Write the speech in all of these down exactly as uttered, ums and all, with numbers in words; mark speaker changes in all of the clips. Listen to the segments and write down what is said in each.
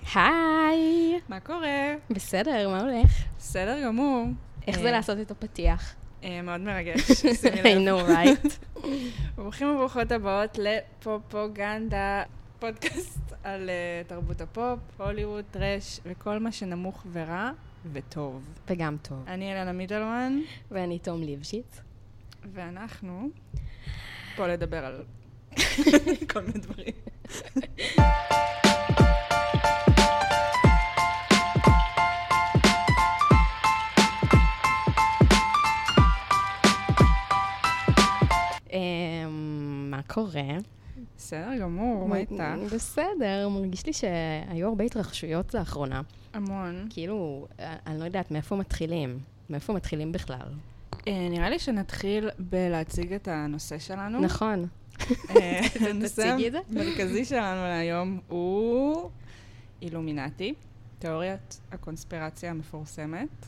Speaker 1: היי!
Speaker 2: מה קורה?
Speaker 1: בסדר, מה הולך?
Speaker 2: בסדר גמור.
Speaker 1: איך זה לעשות את הפתיח?
Speaker 2: מאוד מרגש, שימי
Speaker 1: I
Speaker 2: לב.
Speaker 1: know, right?
Speaker 2: ברוכים וברוכות הבאות לפופוגנדה, פודקאסט על אה, תרבות הפופ, הוליווד, טרש וכל מה שנמוך ורע וטוב.
Speaker 1: וגם טוב.
Speaker 2: אני אלנה מידלמן,
Speaker 1: ואני תום ליבשיץ.
Speaker 2: ואנחנו פה לדבר על כל מיני דברים.
Speaker 1: מה קורה?
Speaker 2: בסדר גמור, מה איתה?
Speaker 1: בסדר, מרגיש לי שהיו הרבה התרחשויות לאחרונה.
Speaker 2: המון.
Speaker 1: כאילו, אני לא יודעת מאיפה מתחילים. מאיפה מתחילים בכלל?
Speaker 2: נראה לי שנתחיל בלהציג את הנושא שלנו.
Speaker 1: נכון.
Speaker 2: הנושא המרכזי שלנו להיום הוא אילומינטי, תיאוריית הקונספירציה המפורסמת.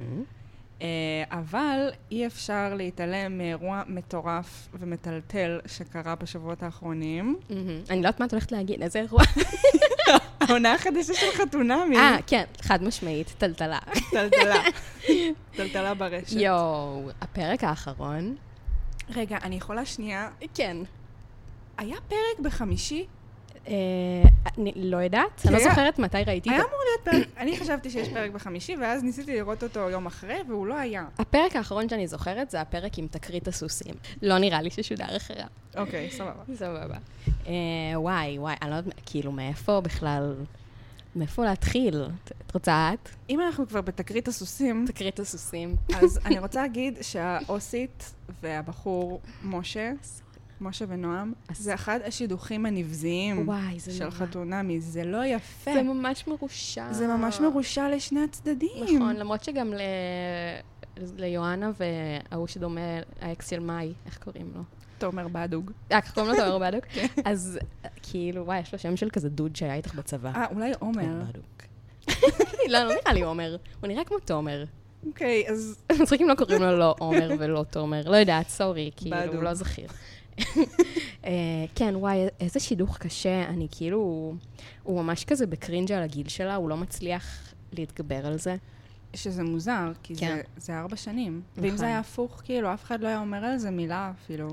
Speaker 2: אבל אי אפשר להתעלם מאירוע מטורף ומטלטל שקרה בשבועות האחרונים.
Speaker 1: אני לא יודעת מה את הולכת להגיד, איזה אירוע?
Speaker 2: העונה החדשה של חתונמי.
Speaker 1: אה, כן, חד משמעית, טלטלה.
Speaker 2: טלטלה. טלטלה ברשת.
Speaker 1: יואו, הפרק האחרון.
Speaker 2: רגע, אני יכולה שנייה?
Speaker 1: כן.
Speaker 2: היה פרק בחמישי?
Speaker 1: אני לא יודעת, אני לא זוכרת מתי ראיתי.
Speaker 2: היה אמור להיות פרק, אני חשבתי שיש פרק בחמישי, ואז ניסיתי לראות אותו יום אחרי, והוא לא היה.
Speaker 1: הפרק האחרון שאני זוכרת זה הפרק עם תקרית הסוסים. לא נראה לי ששודר אחריו.
Speaker 2: אוקיי, סבבה.
Speaker 1: סבבה. וואי, וואי, אני לא יודעת, כאילו, מאיפה בכלל, מאיפה להתחיל? את רוצה את?
Speaker 2: אם אנחנו כבר בתקרית הסוסים,
Speaker 1: תקרית הסוסים.
Speaker 2: אז אני רוצה להגיד שהאוסית והבחור, משה, משה ונועם, זה אחד השידוכים הנבזיים של חתונמי. זה לא יפה.
Speaker 1: זה ממש מרושע.
Speaker 2: זה ממש מרושע לשני הצדדים.
Speaker 1: נכון, למרות שגם ליואנה וההוא שדומה, האקס של מאי, איך קוראים לו?
Speaker 2: תומר בדוג.
Speaker 1: אה, איך קוראים לו תומר בדוג? אז כאילו, וואי, יש לו שם של כזה דוד שהיה איתך בצבא.
Speaker 2: אה, אולי עומר.
Speaker 1: תומר בדוג. לא, לא נראה לי עומר. הוא נראה כמו תומר.
Speaker 2: אוקיי, אז...
Speaker 1: מצחיקים לא קוראים לו לא עומר ולא תומר. לא יודעת, סורי, כאילו, הוא לא זכיר. כן, וואי, איזה שידוך קשה, אני כאילו, הוא ממש כזה בקרינג' על הגיל שלה, הוא לא מצליח להתגבר על זה.
Speaker 2: שזה מוזר, כי זה ארבע שנים. ואם זה היה הפוך, כאילו, אף אחד לא היה אומר על זה מילה אפילו.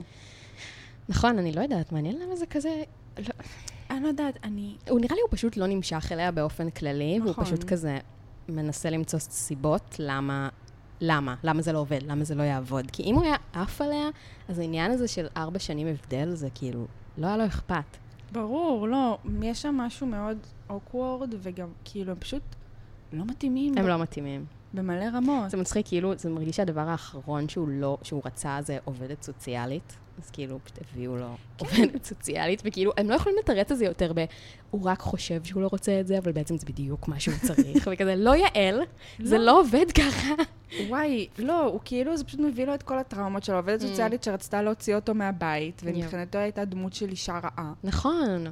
Speaker 1: נכון, אני לא יודעת, מעניין למה זה כזה...
Speaker 2: אני לא יודעת, אני...
Speaker 1: הוא נראה לי, הוא פשוט לא נמשך אליה באופן כללי, והוא פשוט כזה מנסה למצוא סיבות למה... למה? למה זה לא עובד? למה זה לא יעבוד? כי אם הוא היה אף עליה, אז העניין הזה של ארבע שנים הבדל, זה כאילו, לא היה לו אכפת.
Speaker 2: ברור, לא. יש שם משהו מאוד awkward, וגם כאילו, הם פשוט לא מתאימים.
Speaker 1: הם לא מתאימים.
Speaker 2: במלא רמות.
Speaker 1: זה מצחיק, כאילו, זה מרגיש שהדבר האחרון שהוא לא, שהוא רצה, זה עובדת סוציאלית. אז כאילו, פשוט הביאו לו עובדת סוציאלית, וכאילו, הם לא יכולים לתרץ את זה יותר ב... הוא רק חושב שהוא לא רוצה את זה, אבל בעצם זה בדיוק מה שהוא צריך. וכזה, לא יעל, זה לא עובד ככה.
Speaker 2: וואי, לא, הוא כאילו, זה פשוט מביא לו את כל הטראומות שלו. עובדת סוציאלית שרצתה להוציא אותו מהבית, ומבחינתו הייתה דמות של אישה רעה.
Speaker 1: נכון.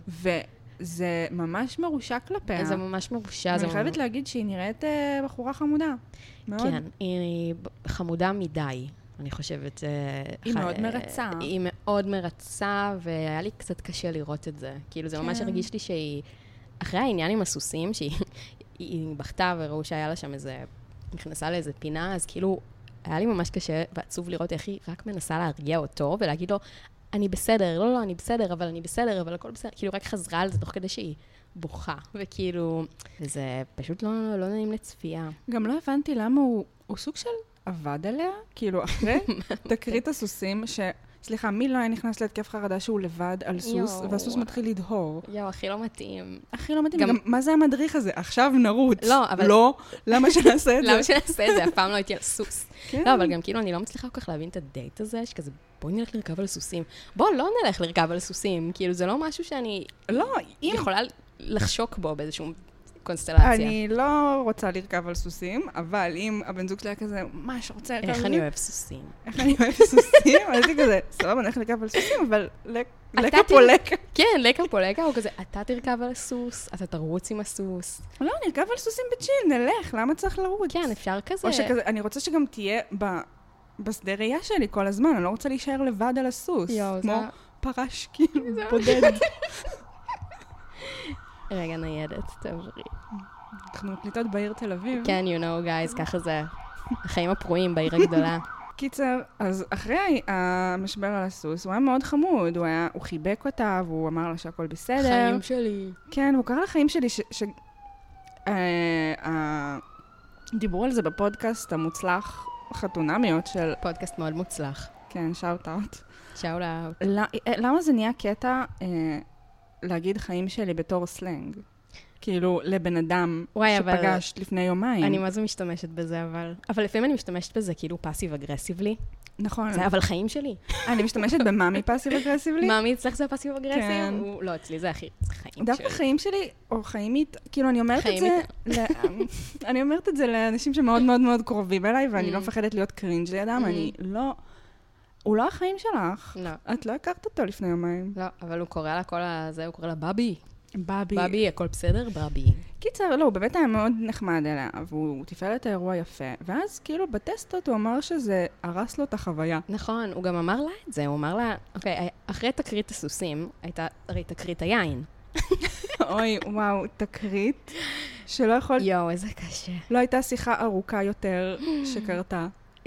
Speaker 2: וזה ממש מרושע כלפיה.
Speaker 1: זה ממש מרושע.
Speaker 2: אני חייבת להגיד שהיא נראית בחורה חמודה. מאוד.
Speaker 1: כן, היא חמודה מדי. אני חושבת...
Speaker 2: היא מאוד מרצה.
Speaker 1: היא מאוד מרצה, והיה לי קצת קשה לראות את זה. כאילו, זה ממש הרגיש לי שהיא... אחרי העניין עם הסוסים, שהיא בכתה וראו שהיה לה שם איזה... נכנסה לאיזה פינה, אז כאילו, היה לי ממש קשה ועצוב לראות איך היא רק מנסה להרגיע אותו, ולהגיד לו, אני בסדר, לא, לא, אני בסדר, אבל אני בסדר, אבל הכל בסדר. כאילו, רק חזרה על זה תוך כדי שהיא בוכה. וכאילו, זה פשוט לא, לא נעים לצפייה.
Speaker 2: גם לא הבנתי למה הוא, הוא סוג של עבד עליה, כאילו אחרי תקרית הסוסים, ש... סליחה, מי לא היה נכנס להתקף חרדה שהוא לבד על סוס, והסוס מתחיל לדהור?
Speaker 1: יואו, הכי לא מתאים.
Speaker 2: הכי לא מתאים, גם מה זה המדריך הזה? עכשיו נרוץ.
Speaker 1: לא, אבל...
Speaker 2: לא, למה שנעשה את זה?
Speaker 1: למה שנעשה את זה? אף פעם לא הייתי על סוס. לא, אבל גם כאילו אני לא מצליחה כל כך להבין את הדייט הזה, שכזה, בואי נלך לרכב על סוסים. בואו לא נלך לרכב על סוסים, כאילו זה לא משהו שאני...
Speaker 2: לא, אם...
Speaker 1: יכולה לחשוק בו באיזשהו... קונסטלציה.
Speaker 2: אני לא רוצה לרכב על סוסים, אבל אם הבן זוג שלה כזה, מה שרוצה לרכב על סוסים?
Speaker 1: איך אני אוהב סוסים?
Speaker 2: איך אני אוהב סוסים? אז היא כזה, סבבה, נלך לרכב על סוסים, אבל לקה פה לקה.
Speaker 1: כן, לקה פה לקה, הוא כזה, אתה תרכב על הסוס, אתה תרוץ עם הסוס.
Speaker 2: לא, נרכב על סוסים בצ'יל, נלך, למה צריך לרוץ?
Speaker 1: כן, אפשר כזה.
Speaker 2: או שכזה, אני רוצה שגם תהיה בשדה ראייה שלי כל הזמן, אני לא רוצה להישאר לבד על הסוס. כמו פרש, כאילו, בודד.
Speaker 1: רגע ניידת, תעברי.
Speaker 2: אנחנו מקליטות בעיר תל אביב.
Speaker 1: כן, you know, guys, ככה זה. החיים הפרועים בעיר הגדולה.
Speaker 2: קיצר, אז אחרי המשבר על הסוס, הוא היה מאוד חמוד, הוא, היה, הוא חיבק אותה, והוא אמר לה שהכל בסדר.
Speaker 1: חיים שלי.
Speaker 2: כן, הוא קרא לחיים שלי, ש... ש... אה, אה, דיברו על זה בפודקאסט המוצלח, חתונמיות של...
Speaker 1: פודקאסט מאוד מוצלח.
Speaker 2: כן, שאוט אאוט.
Speaker 1: שאוט אאוט.
Speaker 2: למה זה נהיה קטע אה, להגיד חיים שלי בתור סלנג? כאילו, לבן אדם
Speaker 1: וואי,
Speaker 2: שפגשת אבל... לפני יומיים.
Speaker 1: אני מה זה משתמשת בזה, אבל... אבל לפעמים אני משתמשת בזה כאילו פאסיב אגרסיבלי.
Speaker 2: נכון.
Speaker 1: זה אבל חיים שלי.
Speaker 2: אני משתמשת במאמי פאסיב אגרסיבלי.
Speaker 1: מאמי, אצלך זה פאסיב אגרסיב?
Speaker 2: כן.
Speaker 1: הוא... לא, אצלי זה הכי... זה חיים שלי.
Speaker 2: דווקא חיים שלי, או חיימית, כאילו, אני אומרת את זה... ל... אני אומרת את זה לאנשים שמאוד מאוד מאוד קרובים אליי, ואני לא מפחדת להיות קרינג' לידם, אני לא... הוא לא החיים שלך.
Speaker 1: לא.
Speaker 2: את לא הכרת אותו לפני יומיים.
Speaker 1: לא, אבל הוא קורא לה כל הזה, הוא קורא לה בבי.
Speaker 2: בבי.
Speaker 1: בבי, הכל בסדר? בבי.
Speaker 2: קיצר, לא, הוא באמת היה מאוד נחמד אליה, והוא תפעל את האירוע יפה, ואז כאילו בטסטות הוא אמר שזה הרס לו את החוויה.
Speaker 1: נכון, הוא גם אמר לה את זה, הוא אמר לה, אוקיי, אחרי תקרית הסוסים, הייתה הרי תקרית היין.
Speaker 2: אוי, וואו, תקרית שלא יכול...
Speaker 1: יואו, איזה קשה.
Speaker 2: לא הייתה שיחה ארוכה יותר שקרתה.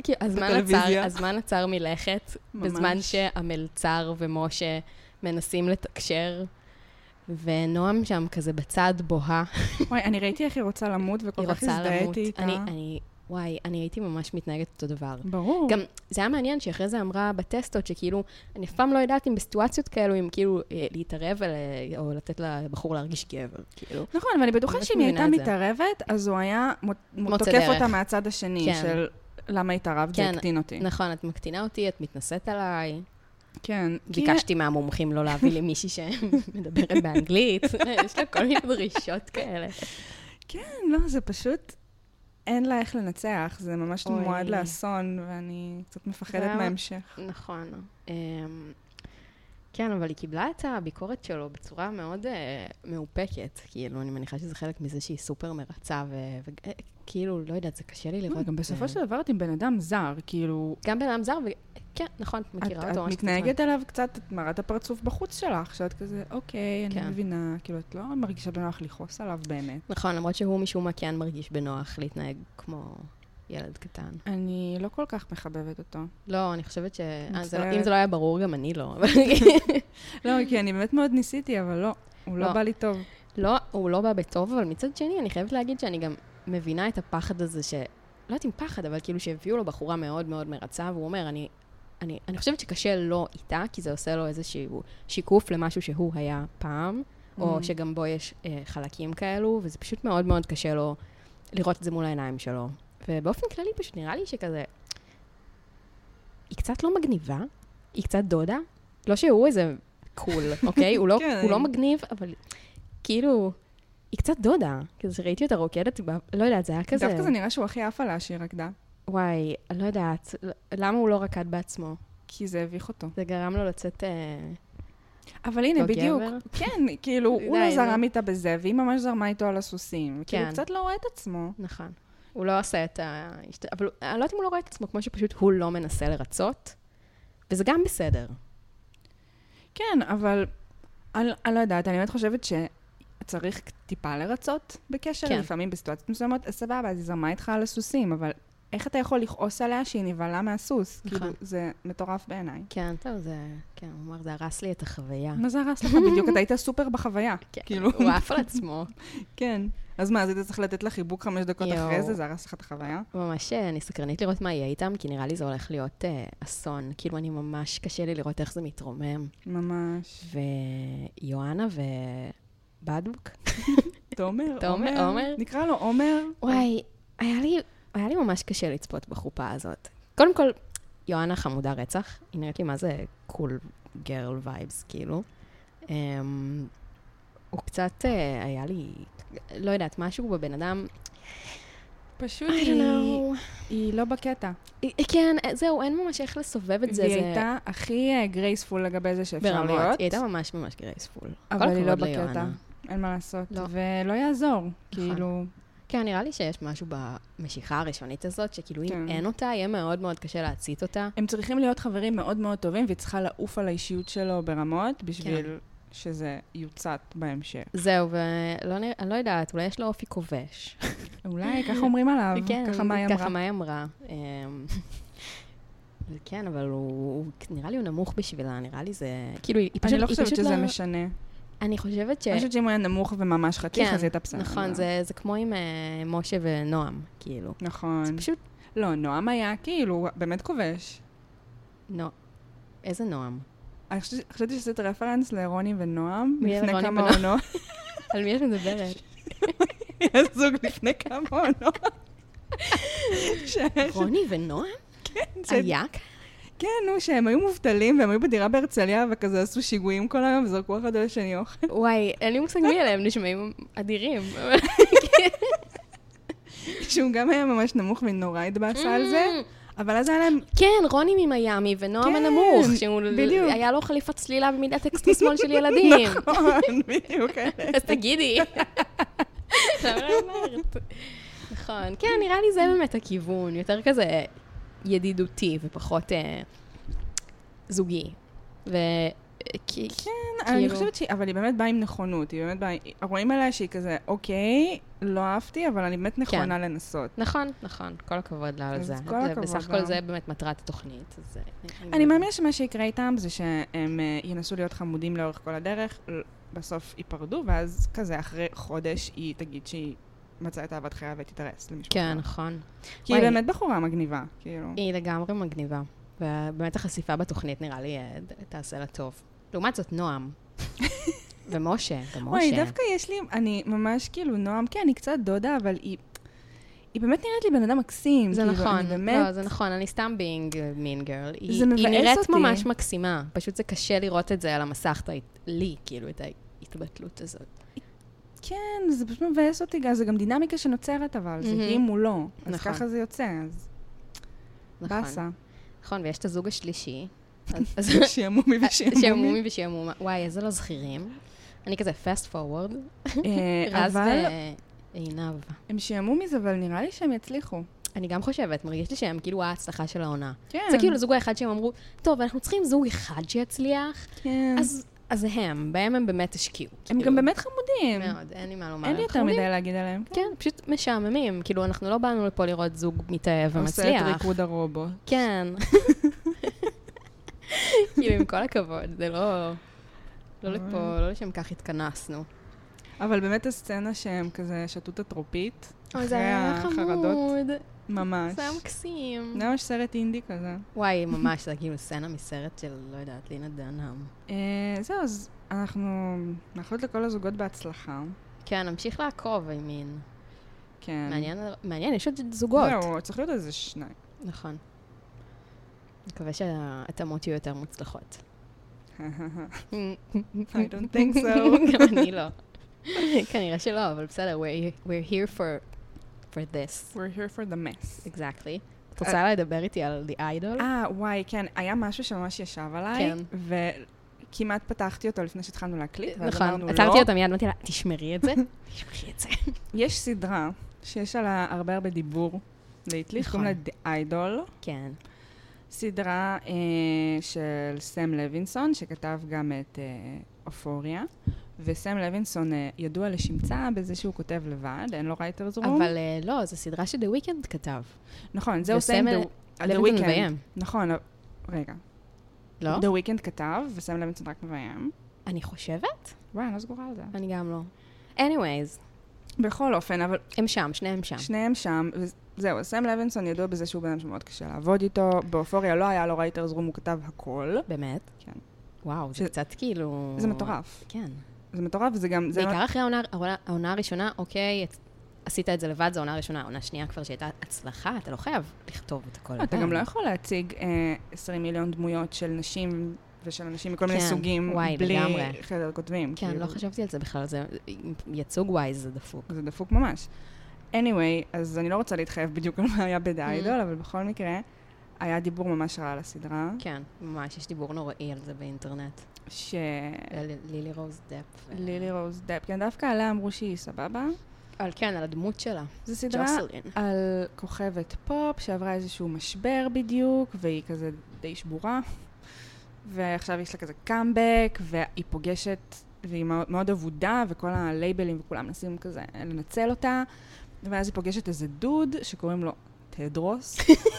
Speaker 1: הזמן עצר מלכת, בזמן שהמלצר ומשה מנסים לתקשר, ונועם שם כזה בצד בוהה.
Speaker 2: וואי, אני ראיתי איך היא רוצה למות, וכל כך הזדהיתי איתה.
Speaker 1: אני, אני, וואי, אני הייתי ממש מתנהגת אותו דבר.
Speaker 2: ברור.
Speaker 1: גם, זה היה מעניין שאחרי זה אמרה בטסטות, שכאילו, אני אף פעם לא יודעת אם בסיטואציות כאלו, אם כאילו להתערב, או לתת לבחור להרגיש גבר, כאילו.
Speaker 2: נכון, אבל אני בטוחה שאם היא הייתה מתערבת, אז הוא היה תוקף אותה מהצד השני, של למה התערבת, זה הקטין אותי.
Speaker 1: נכון, את מקטינה אותי, את מתנסית עליי.
Speaker 2: כן.
Speaker 1: ביקשתי מהמומחים לא להביא לי מישהי שמדברת באנגלית. יש לה כל מיני דרישות כאלה.
Speaker 2: כן, לא, זה פשוט... אין לה איך לנצח, זה ממש מועד לאסון, ואני קצת מפחדת מההמשך.
Speaker 1: נכון. כן, אבל היא קיבלה את הביקורת שלו בצורה מאוד מאופקת. כאילו, אני מניחה שזה חלק מזה שהיא סופר מרצה, וכאילו, לא יודעת, זה קשה לי לראות.
Speaker 2: גם בסופו של דבר את עם בן אדם זר, כאילו...
Speaker 1: גם בן אדם זר, כן, נכון, את מכירה אותו.
Speaker 2: את מתנהגת עליו קצת, את מראה את הפרצוף בחוץ שלך, שאת כזה, אוקיי, אני מבינה, כאילו, את לא מרגישה בנוח לכעוס עליו באמת.
Speaker 1: נכון, למרות שהוא משום מה כן מרגיש בנוח להתנהג כמו ילד קטן.
Speaker 2: אני לא כל כך מחבבת אותו.
Speaker 1: לא, אני חושבת ש... אם זה לא היה ברור, גם אני לא.
Speaker 2: לא, כי אני באמת מאוד ניסיתי, אבל לא, הוא לא בא לי טוב.
Speaker 1: לא, הוא לא בא בטוב, אבל מצד שני, אני חייבת להגיד שאני גם מבינה את הפחד הזה ש... לא יודעת אם פחד, אבל כאילו שהביאו לו בחורה מאוד מאוד מרצה, והוא אומר, אני... אני, אני חושבת שקשה לו איתה, כי זה עושה לו איזשהו שיקוף למשהו שהוא היה פעם, mm. או שגם בו יש אה, חלקים כאלו, וזה פשוט מאוד מאוד קשה לו לראות את זה מול העיניים שלו. ובאופן כללי פשוט נראה לי שכזה, היא קצת לא מגניבה, היא קצת דודה, לא שהוא איזה קול, אוקיי? הוא, לא, הוא לא מגניב, אבל כאילו, היא קצת דודה. כזה שראיתי אותה רוקדת, לא יודעת, זה היה כזה...
Speaker 2: דווקא זה נראה שהוא הכי אף עלה שהיא רקדה.
Speaker 1: וואי, אני לא יודעת, למה הוא לא רקד בעצמו?
Speaker 2: כי זה הביך אותו.
Speaker 1: זה גרם לו לצאת...
Speaker 2: אבל הנה, בדיוק. כן, כאילו, הוא לא זרם איתה בזה, והיא ממש זרמה איתו על הסוסים. כאילו, קצת לא רואה את עצמו.
Speaker 1: נכון. הוא לא עושה את ה... אבל אני לא יודעת אם הוא לא רואה את עצמו, כמו שפשוט הוא לא מנסה לרצות, וזה גם בסדר.
Speaker 2: כן, אבל אני לא יודעת, אני באמת חושבת שצריך טיפה לרצות בקשר, לפעמים בסיטואציות מסוימות, סבבה, אז היא זרמה איתך על הסוסים, אבל... איך אתה יכול לכעוס עליה שהיא נבלה מהסוס? נכון. כאילו, זה מטורף בעיניי.
Speaker 1: כן, טוב, זה... כן, הוא אומר, זה הרס לי את החוויה.
Speaker 2: מה זה הרס לך? בדיוק, אתה היית סופר בחוויה.
Speaker 1: כן, כאילו. הוא עף על עצמו.
Speaker 2: כן. אז מה, אז היית צריך לתת לה חיבוק חמש דקות אחרי זה? זה הרס לך את החוויה?
Speaker 1: ממש, אני סקרנית לראות מה יהיה איתם, כי נראה לי זה הולך להיות אסון. כאילו, אני ממש קשה לי לראות איך זה מתרומם.
Speaker 2: ממש.
Speaker 1: ויואנה ובדוק.
Speaker 2: תומר,
Speaker 1: תומר, עומר.
Speaker 2: נקרא לו עומר.
Speaker 1: וואי, היה לי... היה לי ממש קשה לצפות בחופה הזאת. קודם כל, יואנה חמודה רצח, היא נראית לי מה זה קול גרל וייבס, כאילו. Um, הוא קצת, uh, היה לי, לא יודעת, משהו בבן אדם...
Speaker 2: פשוט היא, היא לא בקטע.
Speaker 1: כן, זהו, אין ממש איך לסובב את זה.
Speaker 2: והיא הייתה הכי גרייספול לגבי זה שאפשר להיות.
Speaker 1: היא הייתה ממש ממש גרייספול.
Speaker 2: אבל היא לא בקטע, אין מה לעשות. ולא יעזור, כאילו...
Speaker 1: כן, נראה לי שיש משהו במשיכה הראשונית הזאת, שכאילו אם אין אותה, יהיה מאוד מאוד קשה להצית אותה.
Speaker 2: הם צריכים להיות חברים מאוד מאוד טובים, והיא צריכה לעוף על האישיות שלו ברמות, בשביל שזה יוצט בהמשך.
Speaker 1: זהו, ואני לא יודעת, אולי יש לו אופי כובש.
Speaker 2: אולי, ככה אומרים עליו.
Speaker 1: כן,
Speaker 2: ככה מאי אמרה.
Speaker 1: ככה מאי אמרה. כן, אבל הוא, נראה לי הוא נמוך בשבילה, נראה לי זה, כאילו, היא פשוט...
Speaker 2: אני לא חושבת שזה משנה.
Speaker 1: אני חושבת ש...
Speaker 2: אני חושבת שאם הוא היה נמוך וממש חתיך, אז היא הייתה בסדר.
Speaker 1: נכון, זה כמו עם משה ונועם, כאילו.
Speaker 2: נכון.
Speaker 1: זה פשוט...
Speaker 2: לא, נועם היה כאילו, באמת כובש.
Speaker 1: נו, איזה נועם?
Speaker 2: אני חושבת שעשית רפרנס לרוני ונועם,
Speaker 1: מי
Speaker 2: לפני
Speaker 1: רוני
Speaker 2: כמה
Speaker 1: ונועם?
Speaker 2: עונות.
Speaker 1: על מי את מדברת?
Speaker 2: הזוג לפני כמה עונות.
Speaker 1: רוני ונועם?
Speaker 2: כן.
Speaker 1: היה?
Speaker 2: כן, נו, שהם היו מובטלים, והם היו בדירה בהרצליה, וכזה עשו שיגועים כל היום, וזרקו אחד על השני אוכל.
Speaker 1: וואי, אין לי מושג מי עליהם, נשמעים אדירים.
Speaker 2: שהוא גם היה ממש נמוך ונורא התבאסה על זה, אבל אז היה להם...
Speaker 1: כן, רוני ממיימי ונועם הנמוך, שהוא היה לו חליפת צלילה במידת אקסטרה שמאל של ילדים.
Speaker 2: נכון, בדיוק.
Speaker 1: אז תגידי. למה לא אומרת? נכון, כן, נראה לי זה באמת הכיוון, יותר כזה ידידותי ופחות זוגי.
Speaker 2: כן, אני חושבת שהיא, אבל היא באמת באה עם נכונות, היא באמת באה, רואים עליה שהיא כזה, אוקיי, לא אהבתי, אבל אני באמת נכונה לנסות.
Speaker 1: נכון, נכון, כל הכבוד לה על זה.
Speaker 2: כל הכבוד.
Speaker 1: בסך הכל זה באמת מטרת התוכנית.
Speaker 2: אני מאמינה שמה שיקרה איתם זה שהם ינסו להיות חמודים לאורך כל הדרך, בסוף ייפרדו, ואז כזה אחרי חודש היא תגיד שהיא מצאה את אהבת חייה ותתארס למישהו.
Speaker 1: כן, נכון.
Speaker 2: כי היא באמת בחורה מגניבה, כאילו.
Speaker 1: היא לגמרי מגניבה. ובאמת החשיפה בתוכנית נראה לי תעשה לה טוב. לעומת זאת נועם. ומשה, ומשה.
Speaker 2: וואי, דווקא יש לי, אני ממש כאילו נועם, כן, אני קצת דודה, אבל היא, היא באמת נראית לי בן אדם מקסים.
Speaker 1: זה
Speaker 2: כאילו,
Speaker 1: נכון,
Speaker 2: באמת...
Speaker 1: לא, זה נכון, אני סתם being mean girl. היא,
Speaker 2: זה מבאס
Speaker 1: היא נראית
Speaker 2: אותי.
Speaker 1: ממש מקסימה. פשוט זה קשה לראות את זה על המסך, לי, כאילו, את ההתבטלות הזאת.
Speaker 2: כן, זה פשוט מבאס אותי, זה גם דינמיקה שנוצרת, אבל זה היא מולו. אז ככה זה יוצא, אז... באסה.
Speaker 1: נכון, ויש את הזוג השלישי.
Speaker 2: שיעמומי ושיעמומי.
Speaker 1: שיעמומי ושיעמומי. וואי, איזה לא זכירים. אני כזה fast forward. רז ועינב.
Speaker 2: הם שיעמומי זה, אבל נראה לי שהם יצליחו.
Speaker 1: אני גם חושבת, מרגיש לי שהם כאילו ההצלחה של העונה.
Speaker 2: כן.
Speaker 1: זה כאילו זוג האחד שהם אמרו, טוב, אנחנו צריכים זוג אחד שיצליח.
Speaker 2: כן.
Speaker 1: אז הם, בהם הם באמת השקיעו.
Speaker 2: הם גם באמת חמודים.
Speaker 1: מאוד, אין לי מה לומר.
Speaker 2: אין לי יותר מדי להגיד עליהם.
Speaker 1: כן, פשוט משעממים. כאילו, אנחנו לא באנו לפה לראות זוג מתאהב ומצליח.
Speaker 2: עושה את ריקוד הרובוט.
Speaker 1: כן. כאילו, עם כל הכבוד, זה לא... לא לפה, לא לשם כך התכנסנו.
Speaker 2: אבל באמת הסצנה שהם כזה שתו את הטרופית.
Speaker 1: אוי, זה היה חמוד.
Speaker 2: ממש.
Speaker 1: זה היה מקסים.
Speaker 2: זה היה ממש סרט אינדי כזה.
Speaker 1: וואי, ממש, זה כאילו סצנה מסרט של, לא יודעת, לינה דנהאם.
Speaker 2: זהו, אז אנחנו מאחלות לכל הזוגות בהצלחה.
Speaker 1: כן, נמשיך לעקוב, I mean.
Speaker 2: כן.
Speaker 1: מעניין, יש עוד זוגות.
Speaker 2: זהו, צריך להיות איזה שניים.
Speaker 1: נכון. מקווה שההתאמות יהיו יותר מוצלחות.
Speaker 2: I don't think so.
Speaker 1: גם אני לא. כנראה שלא, אבל בסדר, we're, we're here for, for this.
Speaker 2: We're here for the mess.
Speaker 1: Exactly. את רוצה לדבר איתי על The Idol?
Speaker 2: אה, וואי, כן, היה משהו שממש ישב עליי, וכמעט פתחתי אותו לפני שהתחלנו להקליט,
Speaker 1: נכון, עצרתי אותו מיד, אמרתי לה, תשמרי את זה, תשמרי את זה.
Speaker 2: יש סדרה שיש עליה הרבה הרבה דיבור, לעתלי, שקוראים לה The Idol.
Speaker 1: כן.
Speaker 2: סדרה אה, של סם לוינסון, שכתב גם את אה, אופוריה, וסם לוינסון אה, ידוע לשמצה בזה שהוא כותב לבד, אין לו רייטרס רום.
Speaker 1: אבל אה, לא, זו סדרה שדה וויקנד כתב.
Speaker 2: נכון, זה עושה עם דה וויקנד. נכון, רגע.
Speaker 1: לא?
Speaker 2: דה וויקנד כתב, וסם לוינסון רק מביים.
Speaker 1: אני חושבת?
Speaker 2: וואי, אני לא סגורה על זה.
Speaker 1: אני גם לא. anyways.
Speaker 2: בכל אופן, אבל...
Speaker 1: הם שם, שניהם שם.
Speaker 2: שניהם שם, וזהו, סם לוינסון ידוע בזה שהוא בן שמאוד קשה לעבוד איתו, באופוריה לא היה לו רייטרס רום, הוא כתב הכל.
Speaker 1: באמת?
Speaker 2: כן.
Speaker 1: וואו, זה קצת כאילו...
Speaker 2: זה מטורף.
Speaker 1: כן.
Speaker 2: זה מטורף, וזה גם...
Speaker 1: בעיקר אחרי העונה הראשונה, אוקיי, עשית את זה לבד, זו העונה הראשונה, העונה שנייה כבר שהייתה הצלחה, אתה לא חייב לכתוב את הכל.
Speaker 2: אתה גם לא יכול להציג עשרים מיליון דמויות של נשים ושל אנשים מכל מיני סוגים, בלי חדר כותבים.
Speaker 1: כן, לא חשבתי על זה בכלל, זה ייצוג וואי, זה דפוק.
Speaker 2: זה דפוק ממש. anyway, אז אני לא רוצה להתחייב בדיוק על מה היה ב"דה איידול", אבל בכל מקרה, היה דיבור ממש רע על הסדרה.
Speaker 1: כן, ממש, יש דיבור נוראי על זה באינטרנט.
Speaker 2: ש...
Speaker 1: לילי רוז דפ.
Speaker 2: לילי רוז דפ, כן, דווקא עליה אמרו שהיא סבבה.
Speaker 1: על כן, על הדמות שלה.
Speaker 2: זו סדרה על כוכבת פופ שעברה איזשהו משבר בדיוק, והיא כזה די שבורה. ועכשיו יש לה כזה קאמבק, והיא פוגשת, והיא מאוד, מאוד עבודה, וכל הלייבלים וכולם מנסים כזה לנצל אותה, ואז היא פוגשת איזה דוד שקוראים לו טדרוס,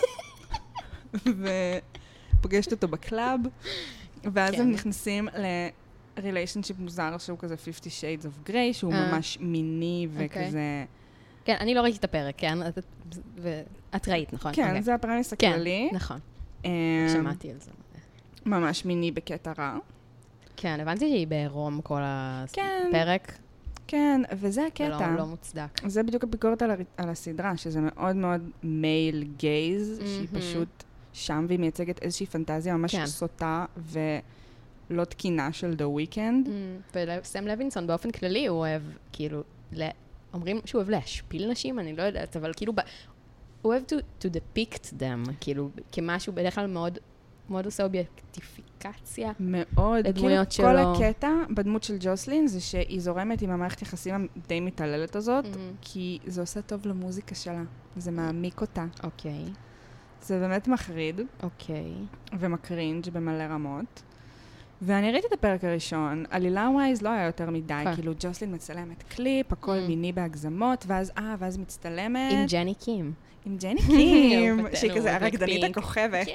Speaker 2: ופוגשת אותו בקלאב, ואז כן. הם נכנסים ל-relationship מוזר שהוא כזה fifty shades of grey, שהוא אה. ממש מיני וכזה...
Speaker 1: כן, אני לא ראיתי את הפרק, כן? ואת ראית, נכון?
Speaker 2: כן, זה הפרמיס הכללי.
Speaker 1: כן, נכון. שמעתי על זה.
Speaker 2: ממש מיני בקטע רע.
Speaker 1: כן, הבנתי שהיא בעירום כל הפרק.
Speaker 2: כן, וזה הקטע.
Speaker 1: זה לא מוצדק.
Speaker 2: זה בדיוק הביקורת על הסדרה, שזה מאוד מאוד מייל גייז, שהיא פשוט שם והיא מייצגת איזושהי פנטזיה ממש סוטה ולא תקינה של The Weeknd.
Speaker 1: וסם לוינסון באופן כללי הוא אוהב, כאילו, אומרים שהוא אוהב להשפיל נשים, אני לא יודעת, אבל כאילו, הוא אוהב to depict them, כאילו, כמשהו בדרך כלל מאוד... מאוד עושה אובייקטיפיקציה.
Speaker 2: מאוד. לדמויות שלו. כל הקטע בדמות של ג'וסלין זה שהיא זורמת עם המערכת יחסים הדי מתעללת הזאת, כי זה עושה טוב למוזיקה שלה. זה מעמיק אותה.
Speaker 1: אוקיי.
Speaker 2: זה באמת מחריד.
Speaker 1: אוקיי.
Speaker 2: ומקרינג' במלא רמות. ואני ראיתי את הפרק הראשון, עלילה ווייז לא היה יותר מדי, כאילו ג'וסלין מצלמת קליפ, הכל מיני בהגזמות, ואז אה, ואז מצטלמת.
Speaker 1: עם ג'ני קים.
Speaker 2: עם ג'ני קים, שהיא כזה הרקדנית הכוכבת.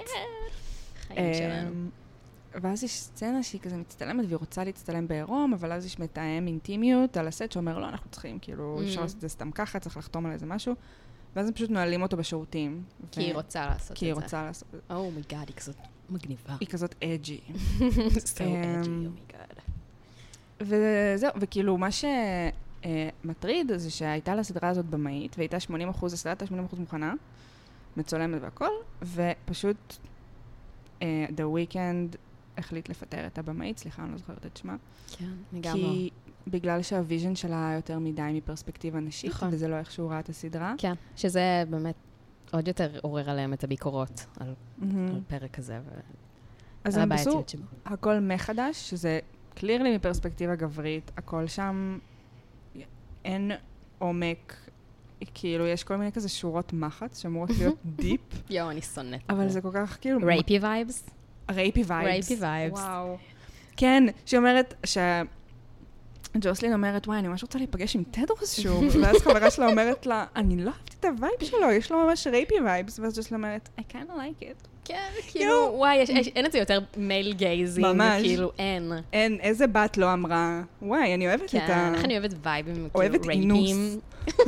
Speaker 2: ואז יש סצנה שהיא כזה מצטלמת והיא רוצה להצטלם בעירום, אבל אז יש מתאם אינטימיות על הסט שאומר, לא, אנחנו צריכים, כאילו, אפשר לעשות את זה סתם ככה, צריך לחתום על איזה משהו, ואז הם פשוט נועלים אותו בשירותים.
Speaker 1: כי היא רוצה לעשות את זה.
Speaker 2: כי היא רוצה לעשות את זה.
Speaker 1: אומייגאד, היא כזאת מגניבה.
Speaker 2: היא כזאת אג'י.
Speaker 1: So edgy, אומייגאד.
Speaker 2: וזהו, וכאילו, מה שמטריד זה שהייתה לסדרה הזאת במאית, והייתה שמונים אחוז, הסדרה הייתה שמונים אחוז מוכנה, מצולמת והכל, ופשוט Uh, The Weeknd החליט לפטר את הבמאית, סליחה, אני לא זוכרת את שמה.
Speaker 1: כן, לגמרי.
Speaker 2: כי בגלל שהוויז'ן שלה יותר מדי מפרספקטיבה נשית, נכון. וזה לא איך שהוא ראה את הסדרה.
Speaker 1: כן, שזה באמת עוד יותר עורר עליהם את הביקורות על, mm-hmm. על פרק הזה,
Speaker 2: ועל הבעייתיות שבו. הכל מחדש, שזה קלירלי מפרספקטיבה גברית, הכל שם אין עומק, כאילו, יש כל מיני כזה שורות מחץ, שאמורות להיות דיפ.
Speaker 1: יואו, אני שונאת.
Speaker 2: אבל זה כל כך, כאילו...
Speaker 1: רייפי וייבס?
Speaker 2: רייפי וייבס.
Speaker 1: רייפי וייבס.
Speaker 2: וואו. כן, שאומרת, שג'וסלין אומרת, וואי, אני ממש רוצה להיפגש עם טדרוס שוב, ואז חברה שלה אומרת לה, אני לא אהבתי את הווייב שלו, יש לו ממש רייפי וייבס, ואז ג'וסלין אומרת, I kind of like it.
Speaker 1: כן, כאילו, וואי, אין את זה יותר מייל גייזים, כאילו, אין.
Speaker 2: אין, איזה בת לא אמרה, וואי, אני אוהבת את ה...
Speaker 1: כן, איך אני אוהבת וייבים, כאילו,
Speaker 2: אוהבת אינוס.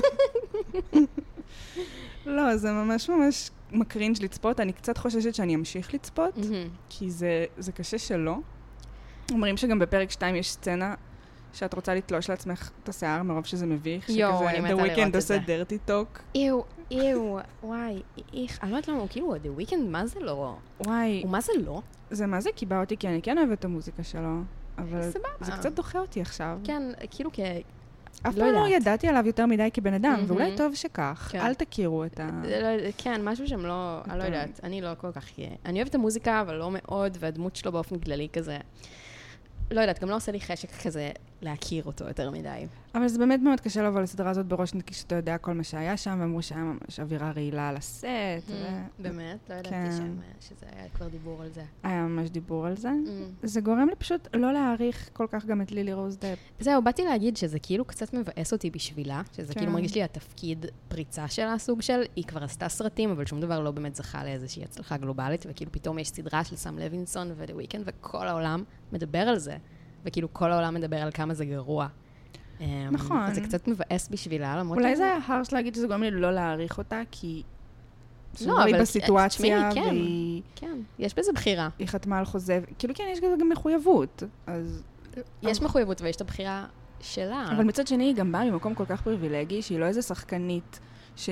Speaker 2: לא, זה ממש ממש מקרינג' לצפות, אני קצת חוששת שאני אמשיך לצפות, כי זה קשה שלא. אומרים שגם בפרק שתיים יש סצנה שאת רוצה לתלוש לעצמך את השיער מרוב שזה מביך,
Speaker 1: יואו, אני מתה לראות את זה.
Speaker 2: The Weeknd עושה דרטי טוק.
Speaker 1: איו, איו, וואי, איך, אני לא יודעת למה, כאילו, The Weeknd, מה זה לא?
Speaker 2: וואי.
Speaker 1: ומה זה לא?
Speaker 2: זה מה זה קיבע אותי, כי אני כן אוהבת את המוזיקה שלו, אבל זה קצת דוחה אותי עכשיו.
Speaker 1: כן, כאילו כ...
Speaker 2: אף פעם לא ידעתי עליו יותר מדי כבן אדם, ואולי טוב שכך, אל תכירו את ה...
Speaker 1: כן, משהו שהם לא, אני לא יודעת, אני לא כל כך... אני אוהבת את המוזיקה, אבל לא מאוד, והדמות שלו באופן כללי כזה... לא יודעת, גם לא עושה לי חשק כזה להכיר אותו יותר מדי.
Speaker 2: אבל זה באמת מאוד קשה לבוא לסדרה הזאת בראש, כי שאתה יודע כל מה שהיה שם, ואמרו שהיה ממש אווירה רעילה על הסט.
Speaker 1: באמת? לא ידעתי שזה היה כבר דיבור על זה.
Speaker 2: היה ממש דיבור על זה. זה גורם לי פשוט לא להעריך כל כך גם את לילי רוז דפ.
Speaker 1: זהו, באתי להגיד שזה כאילו קצת מבאס אותי בשבילה, שזה כאילו מרגיש לי התפקיד פריצה של הסוג של, היא כבר עשתה סרטים, אבל שום דבר לא באמת זכה לאיזושהי הצלחה גלובלית, וכאילו פתאום יש סדרה של סם לוינסון ו-The Weeknd, וכל העולם מדבר על זה. וכאילו כל העולם מדבר על כמה זה גרוע.
Speaker 2: נכון.
Speaker 1: אז זה קצת מבאס בשבילה, למרות...
Speaker 2: אולי זה היה הרש להגיד שזה גורם לי לא להעריך אותה, כי... לא, אבל... בסיטואציה, והיא...
Speaker 1: כן, יש בזה בחירה.
Speaker 2: היא חתמה על חוזה, כאילו כן, יש גם מחויבות, אז...
Speaker 1: יש מחויבות ויש את הבחירה שלה.
Speaker 2: אבל מצד שני, היא גם באה ממקום כל כך פריבילגי, שהיא לא איזה שחקנית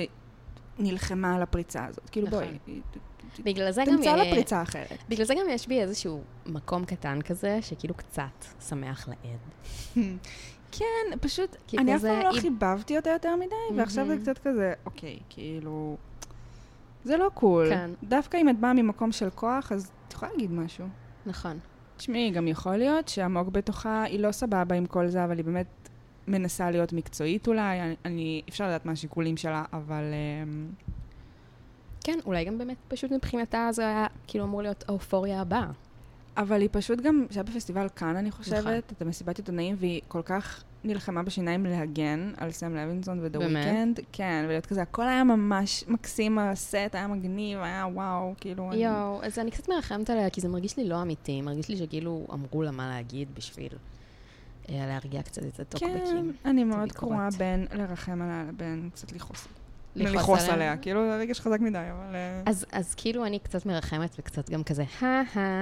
Speaker 2: שנלחמה על הפריצה הזאת. כאילו בואי...
Speaker 1: בגלל זה גם...
Speaker 2: תמצא לה פריצה אחרת.
Speaker 1: בגלל זה גם יש בי איזשהו מקום קטן כזה, שכאילו קצת שמח לעד.
Speaker 2: כן, פשוט, אני אף פעם לא חיבבתי אותה יותר מדי, ועכשיו זה קצת כזה, אוקיי, כאילו, זה לא קול. דווקא אם את באה ממקום של כוח, אז את יכולה להגיד משהו.
Speaker 1: נכון.
Speaker 2: תשמעי, גם יכול להיות שעמוק בתוכה היא לא סבבה עם כל זה, אבל היא באמת מנסה להיות מקצועית אולי, אני, אפשר לדעת מה השיקולים שלה, אבל...
Speaker 1: כן, אולי גם באמת פשוט מבחינתה זה היה כאילו אמור להיות האופוריה הבאה.
Speaker 2: אבל היא פשוט גם, שהיה בפסטיבל כאן, אני חושבת, את המסיבת עיתונאים, והיא כל כך נלחמה בשיניים להגן על סם לוינסון ודה וויקנד. כן, ולהיות כזה, הכל היה ממש מקסים, הסט היה מגניב, היה וואו, כאילו...
Speaker 1: יואו, אז אני קצת מרחמת עליה, כי זה מרגיש לי לא אמיתי, מרגיש לי שכאילו אמרו לה מה להגיד בשביל להרגיע קצת את הטוקבקים.
Speaker 2: כן, אני מאוד קרואה בין לרחם עליה, לבין קצת לכעוס. לכעוס עליה, כאילו זה רגש חזק מדי, אבל...
Speaker 1: אז כאילו אני קצת מרחמת וקצת גם כזה, הא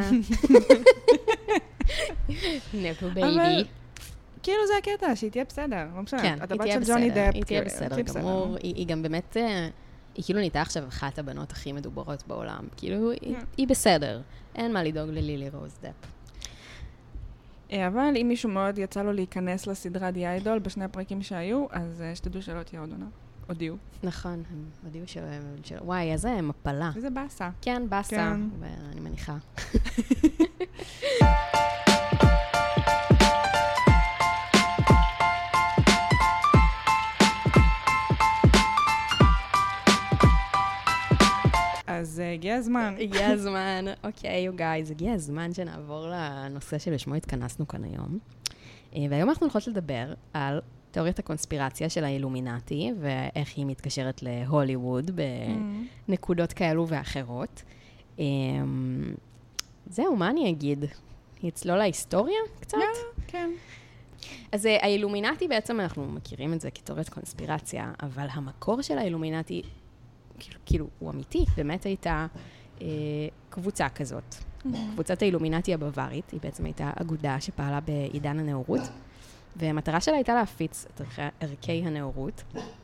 Speaker 1: נפו בייבי.
Speaker 2: כאילו זה הקטע, שהיא תהיה בסדר, לא משנה.
Speaker 1: כן,
Speaker 2: היא תהיה בסדר,
Speaker 1: היא תהיה בסדר גמור. היא גם באמת, היא כאילו נהייתה עכשיו אחת הבנות הכי מדוברות בעולם. כאילו, היא בסדר. אין מה לדאוג ללילי רוז דאפ.
Speaker 2: אבל אם מישהו מאוד יצא לו להיכנס לסדרה די איידול בשני הפרקים שהיו, אז שתדעו שלא תהיה עוד עונה. הודיעו.
Speaker 1: נכון, הם הודיעו של... וואי, איזה מפלה.
Speaker 2: איזה באסה.
Speaker 1: כן, באסה, ואני מניחה.
Speaker 2: אז הגיע הזמן.
Speaker 1: הגיע הזמן. אוקיי, you guys, הגיע הזמן שנעבור לנושא שלשמו התכנסנו כאן היום. והיום אנחנו הולכות לדבר על תיאוריית הקונספירציה של האילומינטי, ואיך היא מתקשרת להוליווד בנקודות כאלו ואחרות. זהו, מה אני אגיד? יצלול להיסטוריה קצת?
Speaker 2: כן.
Speaker 1: אז האילומינטי בעצם אנחנו מכירים את זה כתיאוריית קונספירציה, אבל המקור של האילומינטי, כאילו, כאילו הוא אמיתי, באמת הייתה אה, קבוצה כזאת. Mm-hmm. קבוצת האילומינטי הבווארית, היא בעצם הייתה אגודה שפעלה בעידן הנאורות, והמטרה שלה הייתה להפיץ את ערכי הנאורות.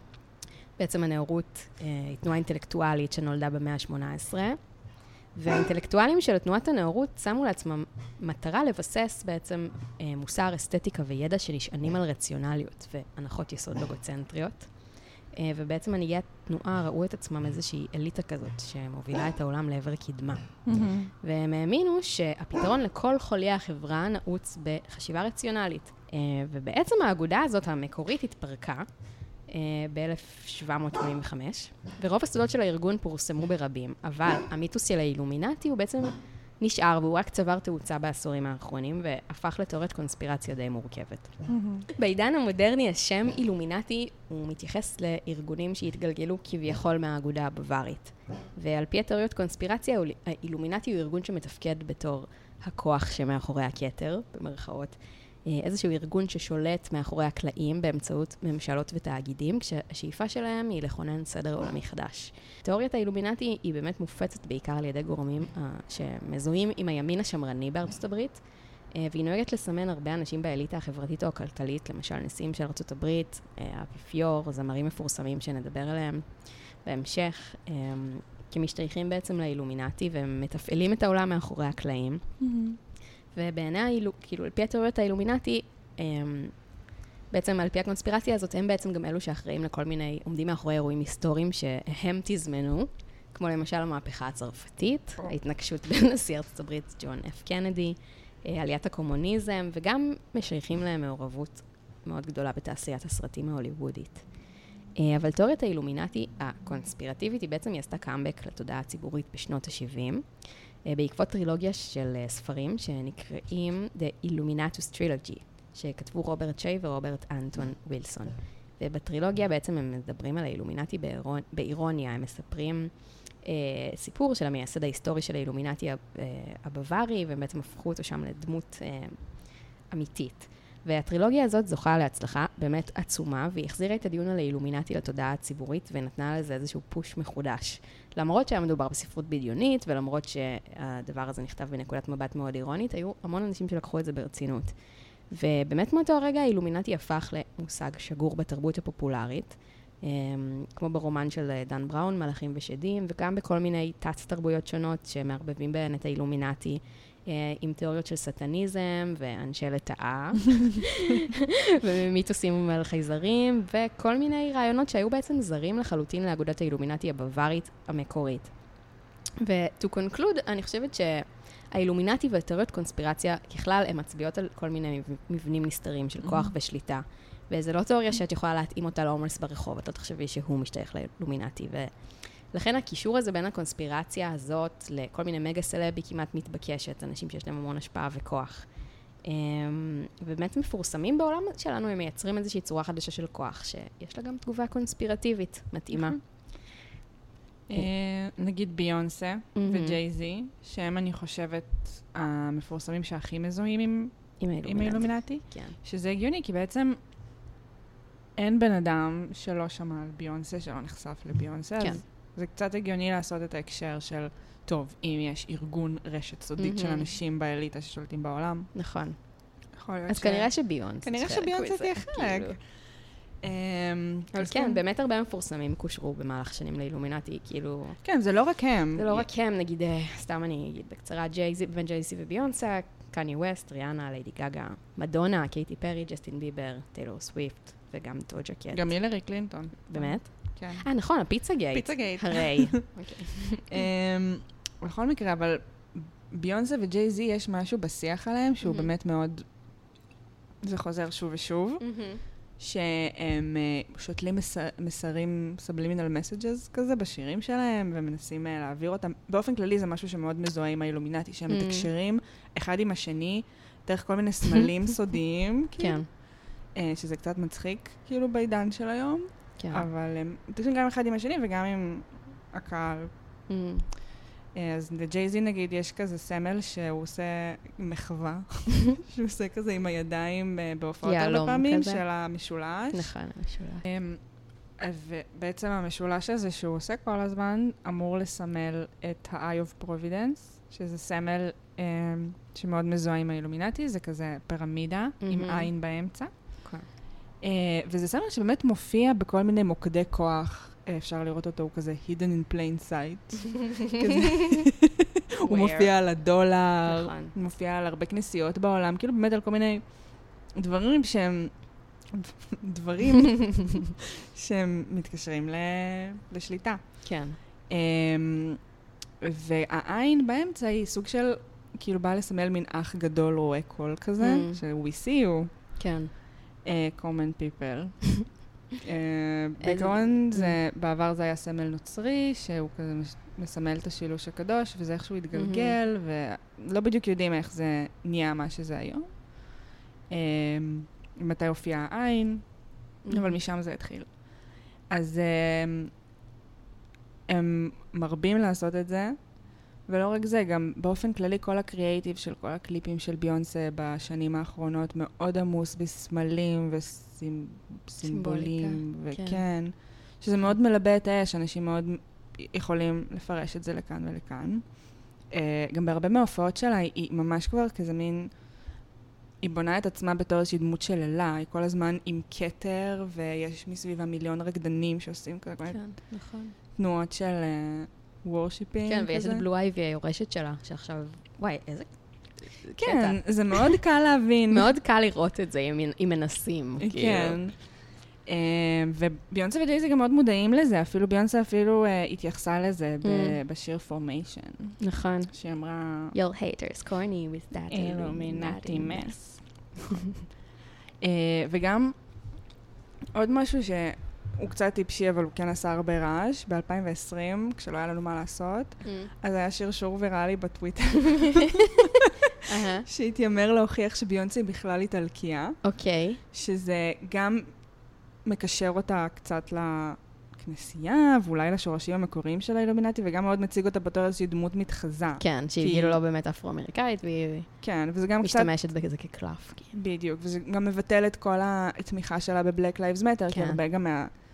Speaker 1: בעצם הנאורות אה, היא תנועה אינטלקטואלית שנולדה במאה ה-שמונה עשרה, והאינטלקטואלים של תנועת הנאורות שמו לעצמם מטרה לבסס בעצם אה, מוסר, אסתטיקה וידע שנשענים על רציונליות והנחות יסוד לוגוצנטריות. אה, ובעצם מנהיגי התנועה ראו את עצמם איזושהי אליטה כזאת שמובילה את העולם לעבר קדמה. Mm-hmm. והם האמינו שהפתרון לכל חולי החברה נעוץ בחשיבה רציונלית. אה, ובעצם האגודה הזאת המקורית התפרקה, ב-אלף שבע מאות שמונים וחמש, ורוב הסודות של הארגון פורסמו ברבים, אבל המיתוס של האילומינטי הוא בעצם נשאר, והוא רק צבר תאוצה בעשורים האחרונים, והפך לתיאוריית קונספירציה די מורכבת. בעידן המודרני, השם אילומינטי הוא מתייחס לארגונים שהתגלגלו כביכול מהאגודה הבווארית. ועל פי התיאוריות קונספירציה, האילומינטי הוא ארגון שמתפקד בתור הכוח שמאחורי הכתר, במרכאות, איזשהו ארגון ששולט מאחורי הקלעים באמצעות ממשלות ותאגידים, כשהשאיפה שלהם היא לכונן סדר עולמי חדש. תיאוריית האילומינטי היא באמת מופצת בעיקר על ידי גורמים uh, שמזוהים עם הימין השמרני בארצות הברית, uh, והיא נוהגת לסמן הרבה אנשים באליטה החברתית או הכלכלית, למשל נשיאים של ארצות הברית, uh, האפיפיור, זמרים מפורסמים שנדבר עליהם בהמשך, um, כמשתייכים בעצם לאילומינטי, והם מתפעלים את העולם מאחורי הקלעים. Mm-hmm. ובעיני, כאילו, על פי התיאוריות האילומינטי, הם, בעצם על פי הקונספירציה הזאת, הם בעצם גם אלו שאחראים לכל מיני, עומדים מאחורי אירועים היסטוריים שהם תזמנו, כמו למשל המהפכה הצרפתית, oh. ההתנגשות בין נשיא ארצות הברית ג'ון אף קנדי, עליית הקומוניזם, וגם משייכים להם מעורבות מאוד גדולה בתעשיית הסרטים ההוליוודית. אבל תיאוריית האילומינטי הקונספירטיבית היא בעצם היא עשתה קאמבק לתודעה הציבורית בשנות ה-שבעים, בעקבות טרילוגיה של ספרים שנקראים The Illuminatus Trilogy, שכתבו רוברט שיי ורוברט אנטון וילסון. ובטרילוגיה בעצם הם מדברים על האילומינטי באירוניה, הם מספרים אה, סיפור של המייסד ההיסטורי של האילומינטי הבווארי, והם בעצם הפכו אותו שם לדמות אה, אמיתית. והטרילוגיה הזאת זוכה להצלחה באמת עצומה, והיא החזירה את הדיון על האילומינטי לתודעה הציבורית, ונתנה לזה איזשהו פוש מחודש. למרות שהיה מדובר בספרות בדיונית, ולמרות שהדבר הזה נכתב בנקודת מבט מאוד אירונית, היו המון אנשים שלקחו את זה ברצינות. ובאמת מאותו הרגע האילומינטי הפך למושג שגור בתרבות הפופולרית, כמו ברומן של דן בראון, מלאכים ושדים, וגם בכל מיני תת-תרבויות שונות שמערבבים בהן את האילומינטי, עם תיאוריות של סטניזם ואנשי לטאה, ומיתוסים ומלכי זרים, וכל מיני רעיונות שהיו בעצם זרים לחלוטין לאגודת האילומינטי הבווארית המקורית. ו-to conclude, אני חושבת שהאילומינטי והתיאוריות קונספירציה ככלל הן מצביעות על כל מיני מבנים נסתרים של כוח ושליטה, וזה לא תיאוריה שאת יכולה להתאים אותה להומלס ברחוב, את לא תחשבי שהוא משתייך לאילומינטי, ו... לכן הקישור הזה בין הקונספירציה הזאת לכל מיני מגה סלב היא כמעט מתבקשת, אנשים שיש להם המון השפעה וכוח. ובאמת מפורסמים בעולם שלנו, הם מייצרים איזושהי צורה חדשה של כוח, שיש לה גם תגובה קונספירטיבית מתאימה.
Speaker 2: נגיד ביונסה וג'יי-זי, שהם אני חושבת המפורסמים שהכי מזוהים עם האילומינטי, שזה הגיוני, כי בעצם אין בן אדם שלא שמע על ביונסה, שלא נחשף לביונסה, אז זה קצת הגיוני לעשות את ההקשר של, טוב, אם יש ארגון רשת סודית של אנשים באליטה ששולטים בעולם.
Speaker 1: נכון. אז כנראה שביונסה.
Speaker 2: כנראה שביונסה תהיה חלק.
Speaker 1: אבל כן, באמת הרבה מפורסמים קושרו במהלך שנים לאילומינטי, כאילו...
Speaker 2: כן, זה לא רק הם.
Speaker 1: זה לא רק הם, נגיד, סתם אני אגיד בקצרה, ג'יי-זי, בין ג'יי-זי וביונסה, קניה ווסט, ריאנה, ליידי גגה, מדונה, קייטי פרי, ג'סטין ביבר, טיילור סוויפט, וגם דוג'ה קט.
Speaker 2: גם הילרי קלינטון.
Speaker 1: באמת?
Speaker 2: כן.
Speaker 1: אה, נכון, הפיצה גייט.
Speaker 2: פיצה גייט.
Speaker 1: הרי.
Speaker 2: בכל מקרה, אבל ביונסה וג'יי-זי יש משהו בשיח עליהם, שהוא באמת מאוד... זה חוזר שוב ושוב. שהם שותלים מסרים subliminal messages כזה בשירים שלהם, ומנסים להעביר אותם. באופן כללי זה משהו שמאוד מזוהה עם האילומינטי, שהם מתקשרים אחד עם השני, דרך כל מיני סמלים סודיים,
Speaker 1: כן.
Speaker 2: שזה קצת מצחיק, כאילו, בעידן של היום.
Speaker 1: כן.
Speaker 2: אבל הם מתקשרים גם אחד עם השני וגם עם הקהל. אז לג'יי-זי נגיד יש כזה סמל שהוא עושה מחווה, שהוא עושה כזה עם הידיים בהופעות הרבה פעמים של המשולש.
Speaker 1: נכון, המשולש.
Speaker 2: ובעצם המשולש הזה שהוא עושה כל הזמן אמור לסמל את ה-Eye of Providence, שזה סמל שמאוד מזוהה עם האילומינטי, זה כזה פירמידה עם עין באמצע. וזה סמל שבאמת מופיע בכל מיני מוקדי כוח, אפשר לראות אותו, הוא כזה hidden in plain sight. הוא מופיע על הדולר, הוא מופיע על הרבה כנסיות בעולם, כאילו באמת על כל מיני דברים שהם, דברים שהם מתקשרים לשליטה.
Speaker 1: כן.
Speaker 2: והעין באמצע היא סוג של, כאילו בא לסמל מין אח גדול רואה קול כזה, ש-we see you.
Speaker 1: כן.
Speaker 2: common people. בעיקרון, בעבר זה היה סמל נוצרי, שהוא כזה מסמל את השילוש הקדוש, וזה איכשהו התגלגל, ולא בדיוק יודעים איך זה נהיה מה שזה היום. מתי הופיע העין, אבל משם זה התחיל. אז הם מרבים לעשות את זה, ולא רק זה, גם באופן כללי כל הקריאייטיב של כל הקליפים של ביונסה בשנים האחרונות מאוד עמוס בסמלים וסימבולים, וכן, שזה מאוד מלבה את האש, אנשים מאוד יכולים לפרש את זה לכאן ולכאן. גם בהרבה מההופעות שלה היא ממש כבר כזה מין, היא בונה את עצמה בתור איזושהי דמות של אלה, היא כל הזמן עם כתר, ויש מסביבה מיליון רקדנים שעושים כזה,
Speaker 1: נכון.
Speaker 2: תנועות של... וורשיפינג.
Speaker 1: כן, ויש את בלו אייבי, היורשת שלה, שעכשיו, וואי, איזה קטע.
Speaker 2: כן, זה מאוד קל להבין.
Speaker 1: מאוד קל לראות את זה, אם מנסים.
Speaker 2: כן. וביונסה וג'יי-זי גם מאוד מודעים לזה, אפילו ביונסה אפילו התייחסה לזה בשיר פורמיישן.
Speaker 1: נכון.
Speaker 2: שהיא אמרה...
Speaker 1: Your haters corny with that
Speaker 2: Illuminati mess. וגם עוד משהו ש... הוא קצת טיפשי, אבל הוא כן עשה הרבה רעש. ב-אלפיים ועשרים, כשלא היה לנו מה לעשות, אז היה שרשור ויראלי בטוויטר, שהתיימר להוכיח שביונסה היא בכלל איטלקייה.
Speaker 1: אוקיי.
Speaker 2: שזה גם מקשר אותה קצת לכנסייה, ואולי לשורשים המקוריים של האילומינטי, וגם מאוד מציג אותה בתור איזושהי דמות מתחזה.
Speaker 1: כן, שהיא כאילו לא באמת אפרו-אמריקאית, והיא משתמשת בזה כקלף.
Speaker 2: בדיוק, וזה גם מבטל את כל התמיכה שלה בבלק לייבס מטר, כי הרבה גם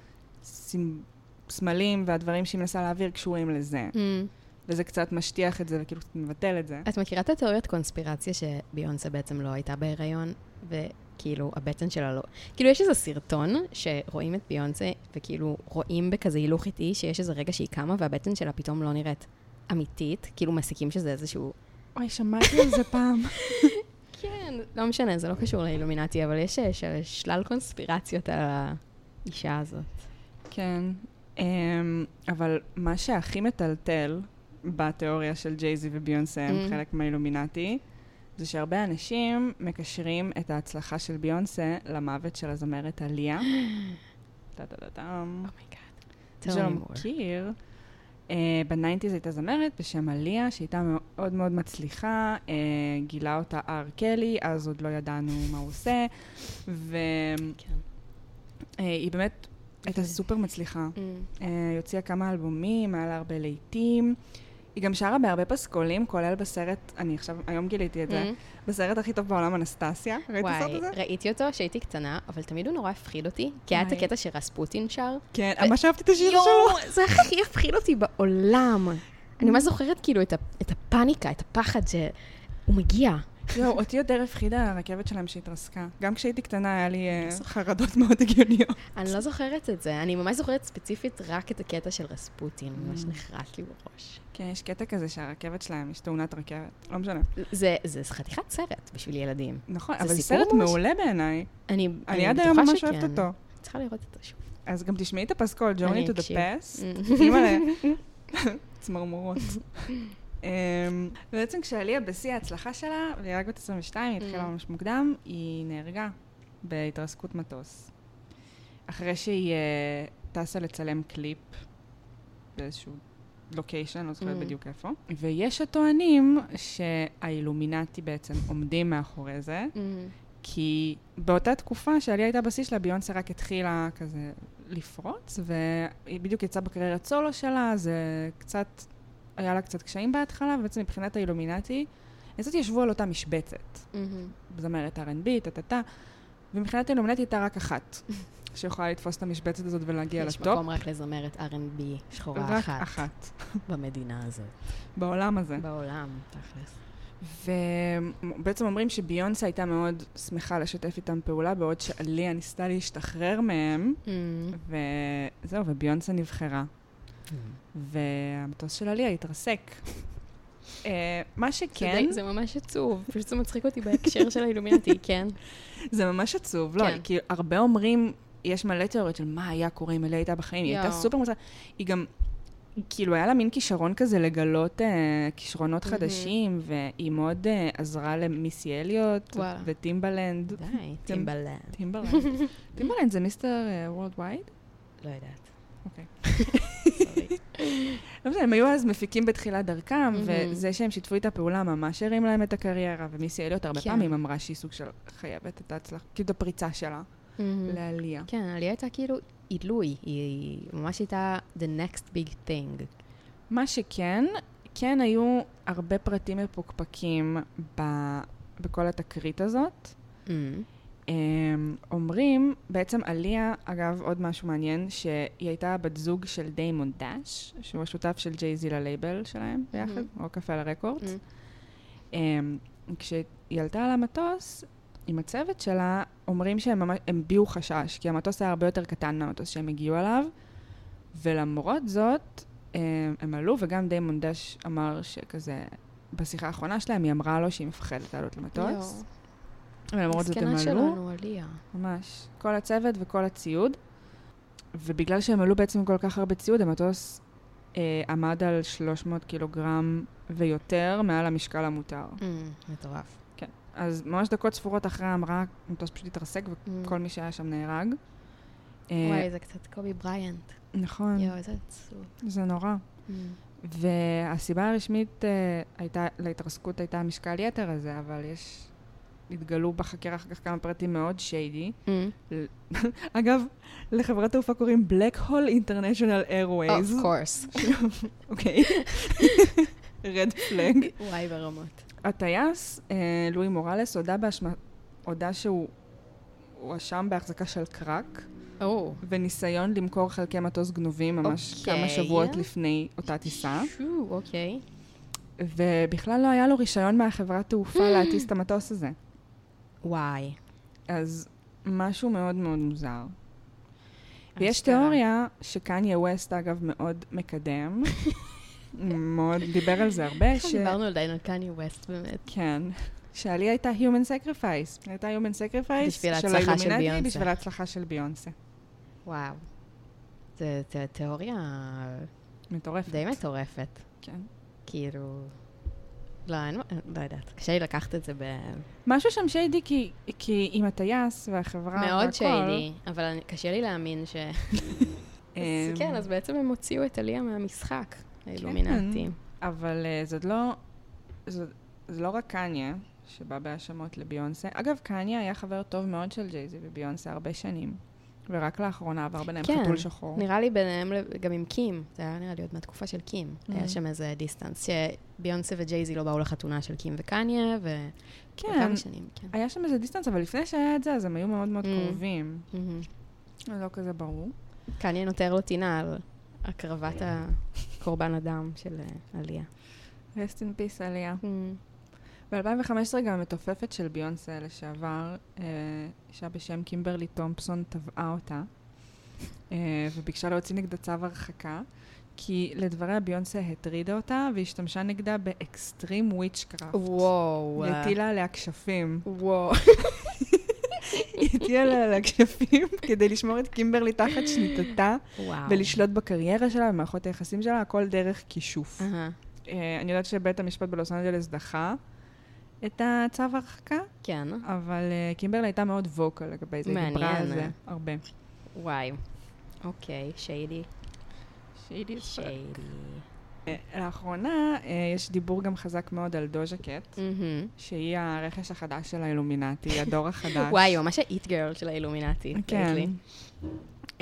Speaker 2: מהסמלים והדברים שהיא מנסה להעביר קשורים לזה. וזה קצת משטיח את זה, וכאילו קצת מבטל את זה.
Speaker 1: את מכירה את התיאוריית קונספירציה שביונסה בעצם לא הייתה בהיריון, וכאילו הבטן שלה לא... כאילו יש איזה סרטון שרואים את ביונסה, וכאילו רואים בכזה הילוך איטי, שיש איזה רגע שהיא קמה, והבטן שלה פתאום לא נראית אמיתית, כאילו מסיקים שזה איזשהו...
Speaker 2: אוי, שמעתי על זה פעם.
Speaker 1: כן, לא משנה, זה לא קשור לאילומינטי, אבל יש שלל קונספירציות על האישה הזאת.
Speaker 2: כן, אבל מה שהכי מטלטל בתיאוריה של ג'יי-זי וביונסה הם חלק מהאילומינטי, זה שהרבה אנשים מקשרים את ההצלחה של ביונסה למוות של הזמרת עליה. טה-טה-טה-טם.
Speaker 1: אומייגאד.
Speaker 2: שלא מכיר. בניינטיז הייתה זמרת בשם עליה, שהייתה מאוד מאוד מצליחה, uh, גילה אותה אר קלי, אז עוד לא ידענו מה הוא עושה, והיא כן. uh, באמת הייתה סופר מצליחה. Mm. Uh, יוציאה כמה אלבומים, היה לה הרבה לעיתים, היא גם שרה בהרבה פסקולים, כולל בסרט, אני עכשיו, היום גיליתי את זה, mm-hmm. בסרט הכי טוב בעולם, אנסטסיה. ראית את הסרט הזה?
Speaker 1: ראיתי אותו, שהייתי קטנה, אבל תמיד הוא נורא הפחיד אותי, כי היה את הקטע שרספוטין שר.
Speaker 2: כן, ממש אהבתי את השיר שלו.
Speaker 1: זה הכי הפחיד אותי בעולם. אני ממש זוכרת כאילו את הפאניקה, את הפחד שהוא מגיע.
Speaker 2: יואו, אותי יותר הפחידה הרכבת שלהם שהתרסקה. גם כשהייתי קטנה היה לי חרדות מאוד הגיוניות.
Speaker 1: אני לא זוכרת את זה. אני ממש זוכרת ספציפית רק את הקטע של רספוטין. ממש נחרט לי בראש.
Speaker 2: כן, יש קטע כזה שהרכבת שלהם יש תאונת רכבת. לא משנה.
Speaker 1: זה חתיכת סרט בשביל ילדים.
Speaker 2: נכון, אבל זה סרט מעולה בעיניי.
Speaker 1: אני
Speaker 2: עד היום ממש אוהבת אותו.
Speaker 1: צריכה לראות אותו שוב.
Speaker 2: אז גם תשמעי את הפסקול, Journey to the Past. אימא'לה. צמרמורות. בעצם כשעליה בשיא ההצלחה שלה, והיא רק בת עשרים ושתיים, היא התחילה ממש מוקדם, היא נהרגה בהתרסקות מטוס. אחרי שהיא טסה לצלם קליפ באיזשהו לוקיישן, לא זוכרת בדיוק איפה. ויש הטוענים שהאילומינטי בעצם עומדים מאחורי זה, כי באותה תקופה שעליה הייתה בשיא שלה, ביונסה רק התחילה כזה לפרוץ, והיא בדיוק יצאה בקריירת סולו שלה, זה קצת... היה לה קצת קשיים בהתחלה, ובעצם מבחינת האילומינטי, קצת ישבו על אותה משבצת. זמרת אר אנד בי, טטטה, ומבחינת האילומינטי הייתה רק אחת, שיכולה לתפוס את המשבצת הזאת ולהגיע לטופ.
Speaker 1: יש מקום רק לזמרת אר אנד בי שחורה אחת.
Speaker 2: רק אחת.
Speaker 1: במדינה הזאת.
Speaker 2: בעולם הזה.
Speaker 1: בעולם, תכלס.
Speaker 2: ובעצם אומרים שביונסה הייתה מאוד שמחה לשתף איתם פעולה, בעוד שעליה ניסתה להשתחרר מהם, וזהו, וביונסה נבחרה. והמטוס של עליה התרסק. מה שכן...
Speaker 1: זה ממש עצוב, פשוט זה מצחיק אותי בהקשר של האילומינטי, כן?
Speaker 2: זה ממש עצוב, לא, כי הרבה אומרים, יש מלא תיאוריות של מה היה קורה אם עליה הייתה בחיים, היא הייתה סופר מצחיק, היא גם, כאילו היה לה מין כישרון כזה לגלות כישרונות חדשים, והיא מאוד עזרה למיסי אליוט וטימבלנד.
Speaker 1: די, טימבלנד.
Speaker 2: טימבלנד. טימבלנד זה מיסטר וורלד ווייד?
Speaker 1: לא יודעת.
Speaker 2: אוקיי. לא משנה, הם היו אז מפיקים בתחילת דרכם, וזה שהם שיתפו איתה פעולה ממש הרים להם את הקריירה, ומיסי אליוט הרבה פעמים אמרה שהיא סוג של חייבת את ההצלחה, כאילו את הפריצה שלה לעליה.
Speaker 1: כן, עליה הייתה כאילו עילוי, היא ממש הייתה the next big thing.
Speaker 2: מה שכן, כן היו הרבה פרטים מפוקפקים בכל התקרית הזאת. אומרים, בעצם עליה, אגב, עוד משהו מעניין, שהיא הייתה בת זוג של דיימון דאש, שהוא השותף של ג'יי-זי ללייבל שלהם ביחד, או קפה לרקורדס. כשהיא עלתה על המטוס, עם הצוות שלה, אומרים שהם ביעו חשש, כי המטוס היה הרבה יותר קטן מהמטוס שהם הגיעו עליו, ולמרות זאת, הם עלו, וגם דיימון דאש אמר שכזה, בשיחה האחרונה שלהם, היא אמרה לו שהיא מפחדת לעלות למטוס. ולמרות זאת הם עלו.
Speaker 1: מסכנה שלנו, עליה.
Speaker 2: ממש. כל הצוות וכל הציוד. ובגלל שהם עלו בעצם כל כך הרבה ציוד, המטוס אה, עמד על שלוש מאות קילוגרם ויותר מעל המשקל המותר.
Speaker 1: Mm, מטורף.
Speaker 2: כן. אז ממש דקות ספורות אחרי המראה, המטוס פשוט התרסק וכל mm. מי שהיה שם נהרג.
Speaker 1: וואי, אה, זה קצת קובי בריינט.
Speaker 2: נכון.
Speaker 1: יואו, איזה עצוב.
Speaker 2: זה נורא. Mm. והסיבה הרשמית אה, הייתה, להתרסקות הייתה המשקל יתר הזה, אבל יש... התגלו בחקירה אחר כך כמה פרטים מאוד שיידי. אגב, לחברת תעופה קוראים Black Hole International Airways.
Speaker 1: Of course.
Speaker 2: אוקיי. Red flag.
Speaker 1: וואי, ברמות.
Speaker 2: הטייס, לואי מורלס, הודע שהוא הואשם בהחזקה של קרק, וניסיון למכור חלקי מטוס גנובים ממש כמה שבועות לפני אותה טיסה.
Speaker 1: אוקיי.
Speaker 2: ובכלל לא היה לו רישיון מהחברת תעופה להטיס את המטוס הזה.
Speaker 1: וואי.
Speaker 2: אז משהו מאוד מאוד מוזר. ויש תיאוריה שקניה ווסט, אגב, מאוד מקדם. מאוד דיבר על זה הרבה.
Speaker 1: איך דיברנו עדיין על קניה ווסט, באמת.
Speaker 2: כן. שעליה הייתה human sacrifice. הייתה human sacrifice של האילומינטי בשביל ההצלחה של ביונסה.
Speaker 1: וואו. זו תיאוריה...
Speaker 2: מטורפת.
Speaker 1: די מטורפת.
Speaker 2: כן.
Speaker 1: כאילו... לא, אני לא יודעת. קשה לי לקחת את זה ב...
Speaker 2: משהו שם שיידי, כי, כי עם הטייס והחברה והכל...
Speaker 1: מאוד שיידי, אבל אני, קשה לי להאמין ש... כן, אז בעצם הם הוציאו את עליה מהמשחק. האילומינטי.
Speaker 2: כן, אבל uh, זאת לא, זאת, זה לא רק קניה שבא בהאשמות לביונסה. אגב, קניה היה חבר טוב מאוד של ג'ייזי וביונסה הרבה שנים. ורק לאחרונה עבר ביניהם
Speaker 1: כן,
Speaker 2: חתול שחור.
Speaker 1: נראה לי ביניהם גם עם קים. זה היה נראה לי עוד מהתקופה של קים. Mm-hmm. היה שם איזה דיסטנס, שביונסה וג'ייזי לא באו לחתונה של קים וקניה, ו...
Speaker 2: כן,
Speaker 1: וכמה שנים, כן.
Speaker 2: היה שם איזה דיסטנס, אבל לפני שהיה את זה, אז הם היו מאוד מאוד
Speaker 1: Mm-hmm.
Speaker 2: קרובים.
Speaker 1: Mm-hmm.
Speaker 2: אז לא כזה ברור.
Speaker 1: קניה נותר לו טינה על הקרבת הקורבן אדם של עליה.
Speaker 2: rest in peace, עליה.
Speaker 1: Mm-hmm.
Speaker 2: ב-אלפיים וחמש עשרה גם המתופפת של ביונסה לשעבר, אה, אישה בשם קימברלי תומפסון תבעה אותה, אה, וביקשה להוציא נגדה צו הרחקה, כי לדבריה ביונסה הטרידה אותה, והשתמשה נגדה באקסטרים וויצ'קראפט.
Speaker 1: וואו.
Speaker 2: היא הטילה עליה כשפים.
Speaker 1: וואו.
Speaker 2: היא הטילה עליה כשפים כדי לשמור את קימברלי תחת שליטתה,
Speaker 1: וואו.
Speaker 2: ולשלוט בקריירה שלה, במערכות היחסים שלה, הכל דרך כישוף.
Speaker 1: Uh-huh.
Speaker 2: אה, אני יודעת שבית המשפט בלוס אנג'לס דחה את הצו הרחקה,
Speaker 1: כן.
Speaker 2: אבל uh, קימברלי הייתה מאוד ווקל לגבי זה, היא דיברה על זה הרבה.
Speaker 1: וואי. אוקיי, שיידי.
Speaker 2: שיידי.
Speaker 1: שיידי.
Speaker 2: לאחרונה uh, יש דיבור גם חזק מאוד על דוז'ה קט,
Speaker 1: Mm-hmm.
Speaker 2: שהיא הרכש החדש של האילומינטי, הדור החדש.
Speaker 1: וואי, ממש האיט גרל של האילומינטי.
Speaker 2: כן. Um,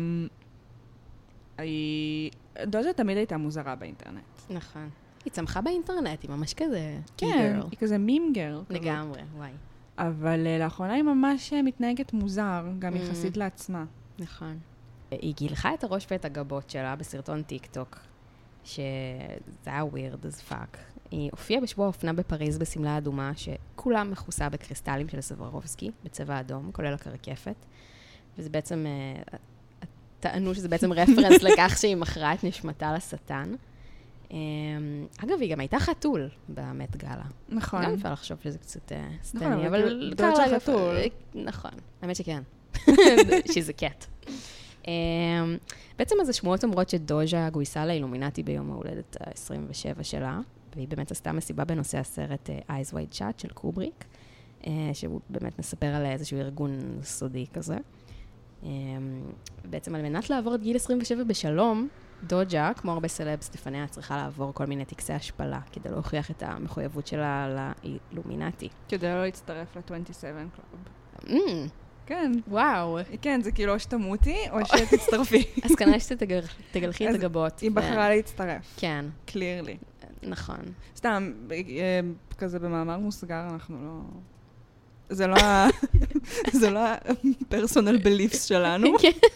Speaker 2: היא... דוז'ה תמיד הייתה מוזרה באינטרנט.
Speaker 1: נכון. היא צמחה באינטרנט, היא ממש כזה
Speaker 2: כן, היא כזה מים גרל.
Speaker 1: לגמרי, וואי.
Speaker 2: אבל uh, לאחרונה היא ממש uh, מתנהגת מוזר, גם
Speaker 1: Mm.
Speaker 2: יחסית לעצמה.
Speaker 1: נכון. היא גילחה את הראש ואת הגבות שלה בסרטון טיק טוק, שזה היה weird as fuck. היא הופיעה בשבוע האופנה בפריז בסמלה אדומה, שכולם מכוסה בקריסטלים של סברובסקי, בצבע אדום, כולל הקרקפת. וזה בעצם, uh, טענו שזה בעצם רפרנס לכך שהיא מכרה את נשמתה לשטן. Um, אגב, היא גם הייתה חתול באמת גלה.
Speaker 2: נכון.
Speaker 1: גם אפשר לחשוב שזה קצת uh, סטני,
Speaker 2: נכון,
Speaker 1: אבל...
Speaker 2: אבל דודג'ה חתול.
Speaker 1: נכון, האמת שכן. She's a cat. Um, בעצם אז השמועות אומרות שדוז'ה גויסה לאילומינטי ביום ההולדת ה-עשרים ושבע שלה, והיא באמת עשתה מסיבה בנושא הסרט uh, Eyes Wide Shut של קובריק, uh, שהוא באמת מספר על איזשהו ארגון סודי כזה. Um, בעצם על מנת לעבור את גיל עשרים ושבע בשלום, דוג'ה, כמו הרבה סלבס לפניה, צריכה לעבור כל מיני טקסי השפלה, כדי להוכיח את המחויבות שלה לאילומינטי.
Speaker 2: כדי לא להצטרף ל-עשרים ושבע קלאב.
Speaker 1: Mm,
Speaker 2: כן.
Speaker 1: וואו.
Speaker 2: כן, זה כאילו או שתמותי, או שתצטרפי.
Speaker 1: אז כנראה שתגלחי את הגבות.
Speaker 2: היא בחרה להצטרף.
Speaker 1: כן.
Speaker 2: קלירלי.
Speaker 1: נכון.
Speaker 2: סתם, כזה במאמר מוסגר, אנחנו לא... זה לא ה... זה לא ה-personal beliefs שלנו.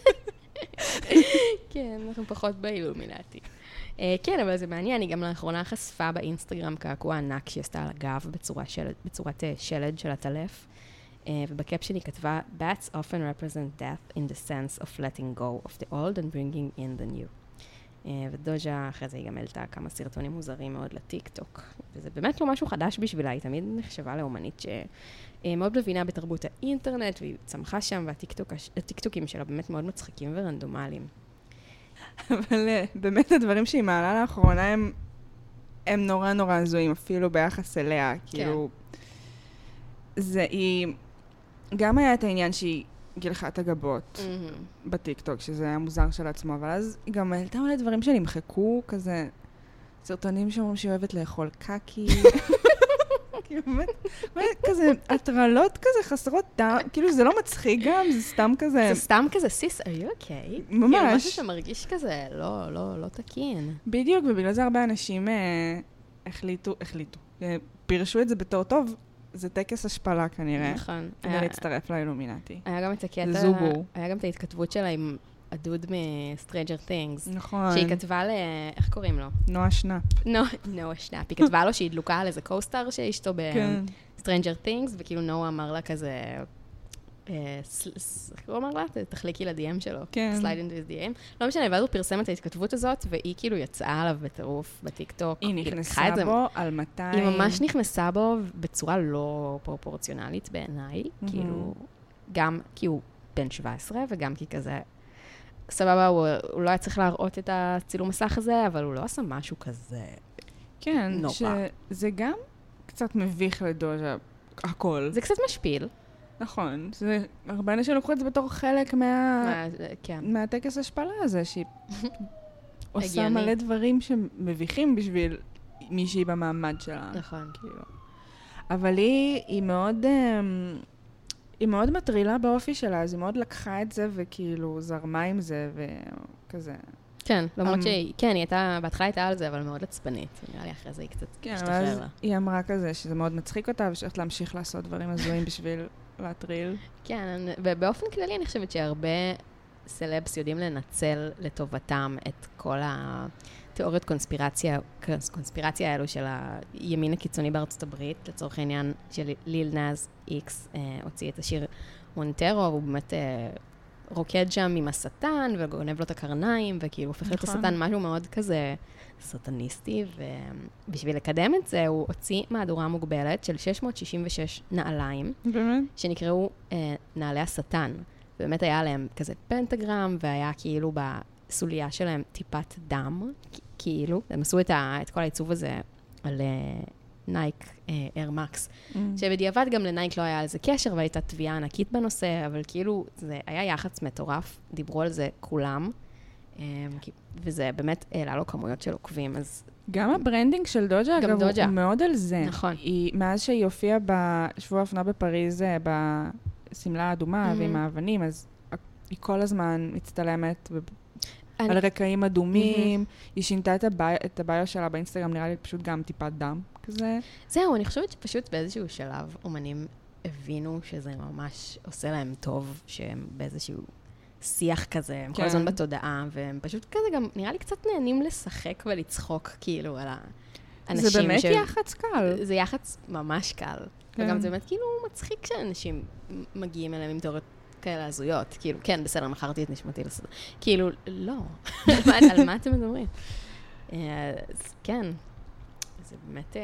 Speaker 1: כן, אנחנו פחות באילומינטי. כן, אבל זה מעניין, היא גם לאחרונה חשפה באינסטגרם קעקוע ענק שהיא עשתה על הגב בצורת שלד של הטלף, ובקפשן היא כתבה, Bats often represent death in the sense of letting go of the old and bringing in the new. ודוז'ה אחרי זה היא גם העלתה כמה סרטונים מוזרים מאוד לטיק טוק, וזה באמת לא משהו חדש בשבילה, היא תמיד נחשבה לאומנית שמאוד מבינה בתרבות האינטרנט, והיא צמחה שם, והטיקטוקים שלה באמת מאוד מצחיקים ורנדומליים.
Speaker 2: אבל באמת הדברים שהיא מעלה לאחרונה הם, הם נורא נורא הזויים, אפילו ביחס אליה, כאילו... זה היא... גם היה את העניין שהיא גילחה את הגבות mm-hmm. בטיקטוק, שזה היה מוזר של עצמו, אבל אז היא גם העלתה מלא דברים שנמחקו, כזה סרטונים שאומרים שהיא אוהבת לאכול קקי. כאילו, באמת, כזה, הטרלות כזה חסרות דם, כאילו זה לא מצחיק גם, זה סתם כזה...
Speaker 1: זה סתם כזה, סיס, are you okay?
Speaker 2: ממש.
Speaker 1: כאילו משהו שמרגיש כזה, לא, לא, לא תקין.
Speaker 2: בדיוק, ובגלל זה הרבה אנשים אה, החליטו, החליטו, אה, פירשו את זה בתור טוב, זה טקס השפלה כנראה.
Speaker 1: נכון.
Speaker 2: כדי להצטרף לאילומינטי.
Speaker 1: היה גם את הקטע...
Speaker 2: זוג הוא.
Speaker 1: היה גם את ההתכתבות שלה עם הדוד מ-Stranger Things.
Speaker 2: נכון.
Speaker 1: שהיא כתבה ל... איך קוראים לו?
Speaker 2: נועה שנאפ.
Speaker 1: נועה שנאפ. היא כתבה לו שהיא דלוקה על איזה קוסטר שאשתו ב-Stranger Things, וכאילו נועה אמר לה כזה... איך הוא אמר לה? תחליקי ל-די אם שלו.
Speaker 2: כן.
Speaker 1: Slide into his די אם. לא משנה, ואז הוא פרסם את ההתכתבות הזאת, והיא כאילו יצאה עליו בטירוף בטיקטוק.
Speaker 2: היא נכנסה בו על מאתיים.
Speaker 1: היא ממש נכנסה בו בצורה לא פרופורציונלית בעיניי. כאילו, גם כי הוא בן שבע עשרה, וגם כי כזה... סבבה, הוא, הוא לא היה צריך להראות את הצילום מסך הזה, אבל הוא לא עשה משהו כזה
Speaker 2: כן,
Speaker 1: נורא.
Speaker 2: שזה גם קצת מביך לדוז'ה, הכל.
Speaker 1: זה קצת משפיל.
Speaker 2: נכון, זה, הרבה אנשים לקחו את זה בתור חלק מה...
Speaker 1: מה, כן.
Speaker 2: מהטקס השפלה הזה, שהיא עושה מלא דברים שמביכים בשביל מישהי במעמד שלה.
Speaker 1: נכון.
Speaker 2: כאילו. אבל היא, היא מאוד, היא מאוד מטרילה באופי שלה, אז היא מאוד לקחה את זה וכאילו זרמה עם זה וכזה.
Speaker 1: כן, למרות שהיא, כן, היא הייתה, בהתחלה הייתה על זה, אבל מאוד עצבנית. נראה לי אחרי זה היא קצת השתחרר לה.
Speaker 2: היא אמרה כזה שזה מאוד מצחיק אותה, ושאלת להמשיך לעשות דברים הזויים בשביל להטריל.
Speaker 1: כן, ובאופן כללי אני חושבת שהרבה סלבס יודעים לנצל לטובתם את כל התיאוריות קונספירציה, קונספירציה האלו של הימין הקיצוני בארצות הברית, לצורך העניין של ליל נאז איקס, הוציא את השיר מונטרו, והוא באמת רוקד שם עם השטן, וגונב לו את הקרניים, וכאילו הופך להיות השטן משהו מאוד כזה סטניסטי, ובשביל לקדם את זה, הוא הוציא מהדורה מוגבלת של שש מאות שישים ושש נעליים,
Speaker 2: באמת?
Speaker 1: שנקראו אה, נעלי השטן. ובאמת היה להם כזה פנטגרם, והיה כאילו בסוליה שלהם טיפת דם, כאילו. הם עשו את, ה, את כל העיצוב הזה על uh, נייק אייר מקס. Mm. שבדיעבד גם לנייק לא היה על זה קשר, והייתה תביעה ענקית בנושא, אבל כאילו זה היה יחץ מטורף, דיברו על זה כולם, um, וזה באמת העלה לו כמויות של עוקבים, אז...
Speaker 2: גם הברנדינג של דוג'ה, אגב, דוג'ה. הוא מאוד על זה.
Speaker 1: נכון.
Speaker 2: היא, מאז שהיא הופיעה בשבוע האופנה בפריז, בסמלה האדומה mm-hmm. ועם האבנים, אז היא כל הזמן מצטלמת אני... על רקעים אדומים, mm-hmm. היא שינתה את, הבי... את הביו שלה באינסטגרם, נראה לי פשוט גם טיפת דם כזה.
Speaker 1: זהו, אני חושבת שפשוט באיזשהו שלב אומנים הבינו שזה ממש עושה להם טוב, שהם באיזשהו שיח כזה, הם כן. כל הזמן בתודעה, והם פשוט כזה גם, נראה לי קצת נהנים לשחק ולצחוק, כאילו, על האנשים.
Speaker 2: זה באמת
Speaker 1: ש...
Speaker 2: יחץ קל.
Speaker 1: זה יחץ ממש קל.
Speaker 2: כן.
Speaker 1: וגם זה באמת כאילו מצחיק כשאנשים מגיעים אליהם עם תיאוריות כאלה הזויות. כאילו, כן, בסדר, מכרתי את נשמתי לסדר. כאילו, לא. על מה אתם מדברים? אז כן, זה באמת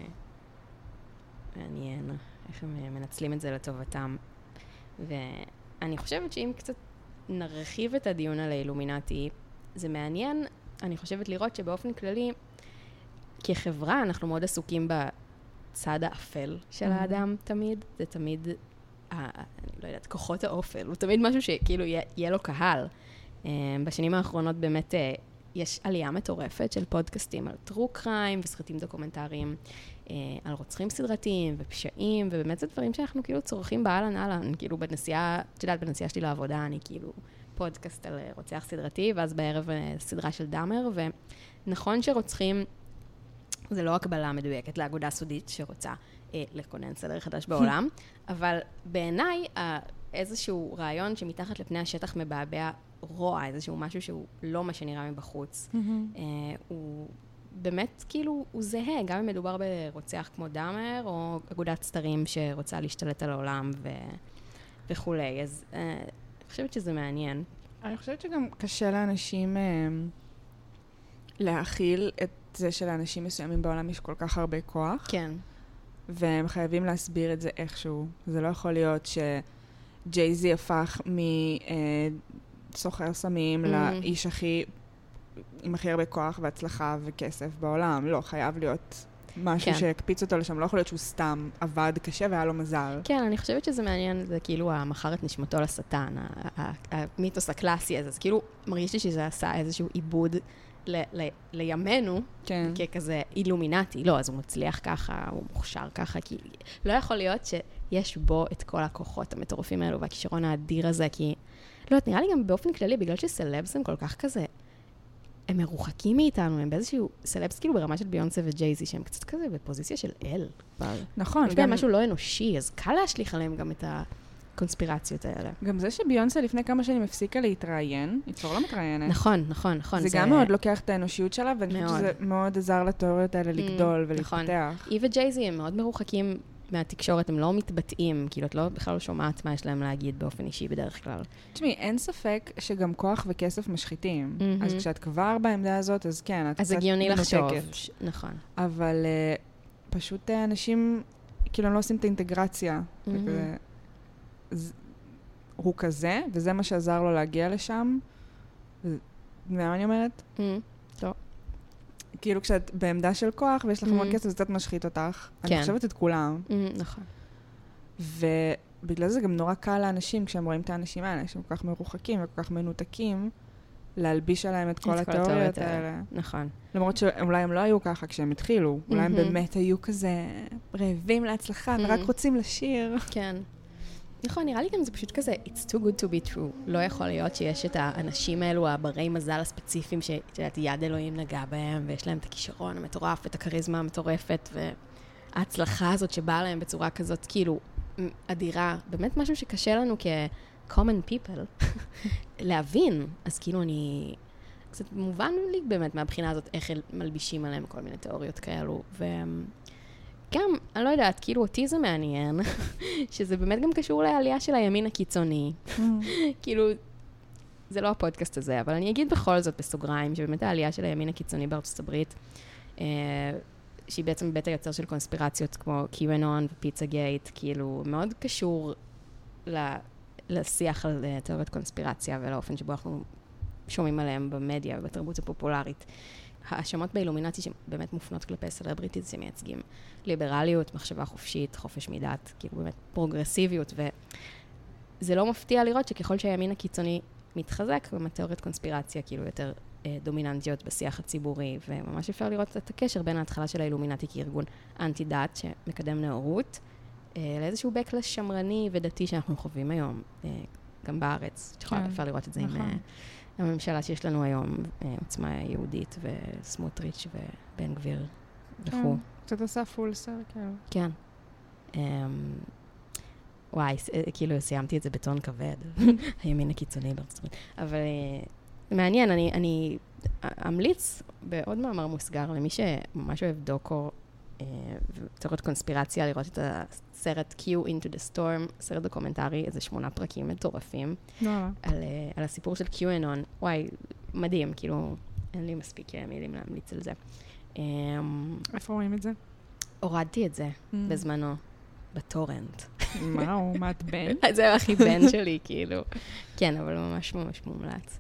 Speaker 1: מעניין איך הם מנצלים את זה לטובתם. ואני חושבת שאם קצת נרחיב את הדיון על האילומינטי, זה מעניין, אני חושבת לראות שבאופן כללי, כחברה אנחנו מאוד עסוקים בצד האפל של האדם תמיד. זה תמיד, אני לא יודעת, כוחות האופל. הוא תמיד משהו שכאילו יהיה לו קהל. בשנים האחרונות באמת יש עלייה מטורפת של פודקאסטים על טרו קריים וסרטים דוקומנטריים, על רוצחים סדרתיים ופשעים, ובאמת זה דברים שאנחנו כאילו צורכים באלן אלן. כאילו בנסיעה, את יודעת, בנסיעה שלי לעבודה, אני כאילו פודקאסט על רוצח סדרתי, ואז בערב סדרה של דאמר, ונכון שרוצחים, זה לא הקבלה מדויקת לאגודה סודית שרוצה אה, לכונן סדר חדש בעולם, אבל בעיניי אה, איזשהו רעיון שמתחת לפני השטח מבעבע רוע, איזשהו משהו שהוא לא מה שנראה מבחוץ, אה, הוא באמת כאילו, הוא זהה, גם אם מדובר ברוצח כמו דאמר, או אגודת סתרים שרוצה להשתלט על העולם ו... וכולי. אז אה, אני חושבת שזה מעניין.
Speaker 2: אני חושבת שגם קשה לאנשים אה, להכיל את זה שלאנשים מסוימים בעולם יש כל כך הרבה כוח.
Speaker 1: כן.
Speaker 2: והם חייבים להסביר את זה איכשהו. זה לא יכול להיות שג'יי-זי הפך מסוחר סמים mm. לאיש הכי, עם הכי הרבה כוח והצלחה וכסף בעולם. לא, חייב להיות משהו כן. שהקפיץ אותו לשם. לא יכול להיות שהוא סתם עבד קשה והיה לו מזל.
Speaker 1: כן, אני חושבת שזה מעניין, זה כאילו המחר את נשמתו לשטן, המיתוס הקלאסי הזה. אז כאילו מרגיש לי שזה עשה איזשהו עיבוד ל- ל- לימינו,
Speaker 2: כן.
Speaker 1: ככזה אילומינטי. לא, אז הוא מצליח ככה, הוא מוכשר ככה, כי לא יכול להיות שיש בו את כל הכוחות המטורפים האלו, והכישרון האדיר הזה, כי, לא, נראה לי גם באופן כללי, בגלל שסלבס הם כל כך כזה, הם מרוחקים מאיתנו, הם באיזשהו, סלבס כאילו ברמה של ביונסה וג'ייזי, שהם קצת כזה בפוזיציה של אל.
Speaker 2: נכון.
Speaker 1: יש בהם משהו לא אנושי, אז קל להשליך עליהם גם את ה... קונספירציות האלה.
Speaker 2: גם זה שביונסה לפני כמה שנים הפסיקה להתראיין, היא כבר לא מתראיינת.
Speaker 1: נכון, נכון, נכון.
Speaker 2: זה, זה גם מאוד לוקח את האנושיות שלה, ואני חושבת שזה מאוד עזר לתיאוריות האלה לגדול ולהתפתח.
Speaker 1: נכון. היא וג'ייזי הם מאוד מרוחקים מהתקשורת, הם לא מתבטאים, כאילו את לא בכלל לא שומעת מה יש להם להגיד באופן אישי בדרך כלל.
Speaker 2: תשמעי, אין ספק שגם כוח וכסף משחיתים. אז כשאת כבר בעמדה הזאת, אז כן, את
Speaker 1: אז הגיוני לחשוב. נכון.
Speaker 2: אבל פשוט אנשים, כאילו, לא עושים את האינטגרציה. הוא כזה, וזה מה שעזר לו להגיע לשם. ומה אני אומרת?
Speaker 1: טוב.
Speaker 2: כאילו כשאת בעמדה של כוח, ויש לך מאוד כסף, זה קצת משחית אותך. אני חושבת את כולם.
Speaker 1: נכון.
Speaker 2: ובגלל זה גם נורא קל לאנשים, כשהם רואים את האנשים האלה, שהם כל כך מרוחקים וכל כך מנותקים, להלביש עליהם את כל התיאוריות האלה.
Speaker 1: נכון.
Speaker 2: למרות שאולי הם לא היו ככה כשהם התחילו, אולי הם באמת היו כזה רעבים להצלחה ורק רוצים לשיר.
Speaker 1: כן. נכון, נראה לי גם זה פשוט כזה, it's too good to be true. לא יכול להיות שיש את האנשים האלו, הברי מזל הספציפיים, שאת יד אלוהים נגע בהם, ויש להם את הכישרון המטורף, את הכריזמה המטורפת, וההצלחה הזאת שבאה להם בצורה כזאת, כאילו, אדירה. באמת משהו שקשה לנו כ-common people להבין. אז כאילו אני... קצת מובן לי באמת מהבחינה הזאת, איך מלבישים עליהם כל מיני תיאוריות כאלו. וגם, אני לא יודעת, כאילו אותי זה מעניין, שזה באמת גם קשור לעלייה של הימין הקיצוני. כאילו, זה לא הפודקאסט הזה, אבל אני אגיד בכל זאת בסוגריים, שבאמת העלייה של הימין הקיצוני בארצות הברית, שהיא בעצם בית היוצר של קונספירציות כמו QAnon ופיצה גייט, כאילו מאוד קשור לשיח על תיאוריות קונספירציה ולאופן שבו אנחנו שומעים עליהם במדיה ובתרבות הפופולרית. האשמות באילומינטי שבאמת מופנות כלפי סלבריטיז שמייצגים ליברליות, מחשבה חופשית, חופש מדת, כאילו באמת פרוגרסיביות, וזה לא מפתיע לראות שככל שהימין הקיצוני מתחזק, באמת תיאוריות קונספירציה כאילו יותר דומיננטיות בשיח הציבורי, וממש אפשר לראות את הקשר בין ההתחלה של האילומינטי כארגון אנטי-דת שמקדם נאורות, לאיזשהו בקלש שמרני ודתי שאנחנו חווים היום, גם בארץ. אפשר לראות את זה עם הממשלה שיש לנו היום, עוצמה יהודית וסמוטריץ' ובן גביר וכו'.
Speaker 2: קצת עושה פול סרקל.
Speaker 1: כן. וואי, כאילו סיימתי את זה בטון כבד, הימין הקיצוני בארצות הברית. אבל מעניין, אני, אני אמליץ בעוד מאמר מוסגר למי שממש אוהב דוקו ותיאוריות קונספירציה, לראות את הסרט Q into the Storm, סרט דוקומנטרי, איזה שמונה פרקים מטורפים, על, על הסיפור של QAnon. וואי, מדהים, כאילו, אין לי מספיק מילים להמליץ על זה.
Speaker 2: איפה רואים את זה?
Speaker 1: הורדתי את זה בזמנו, בטורנט.
Speaker 2: וואו, מה את בן?
Speaker 1: זה הכי בן שלי, כאילו. כן, אבל ממש ממש מומלץ.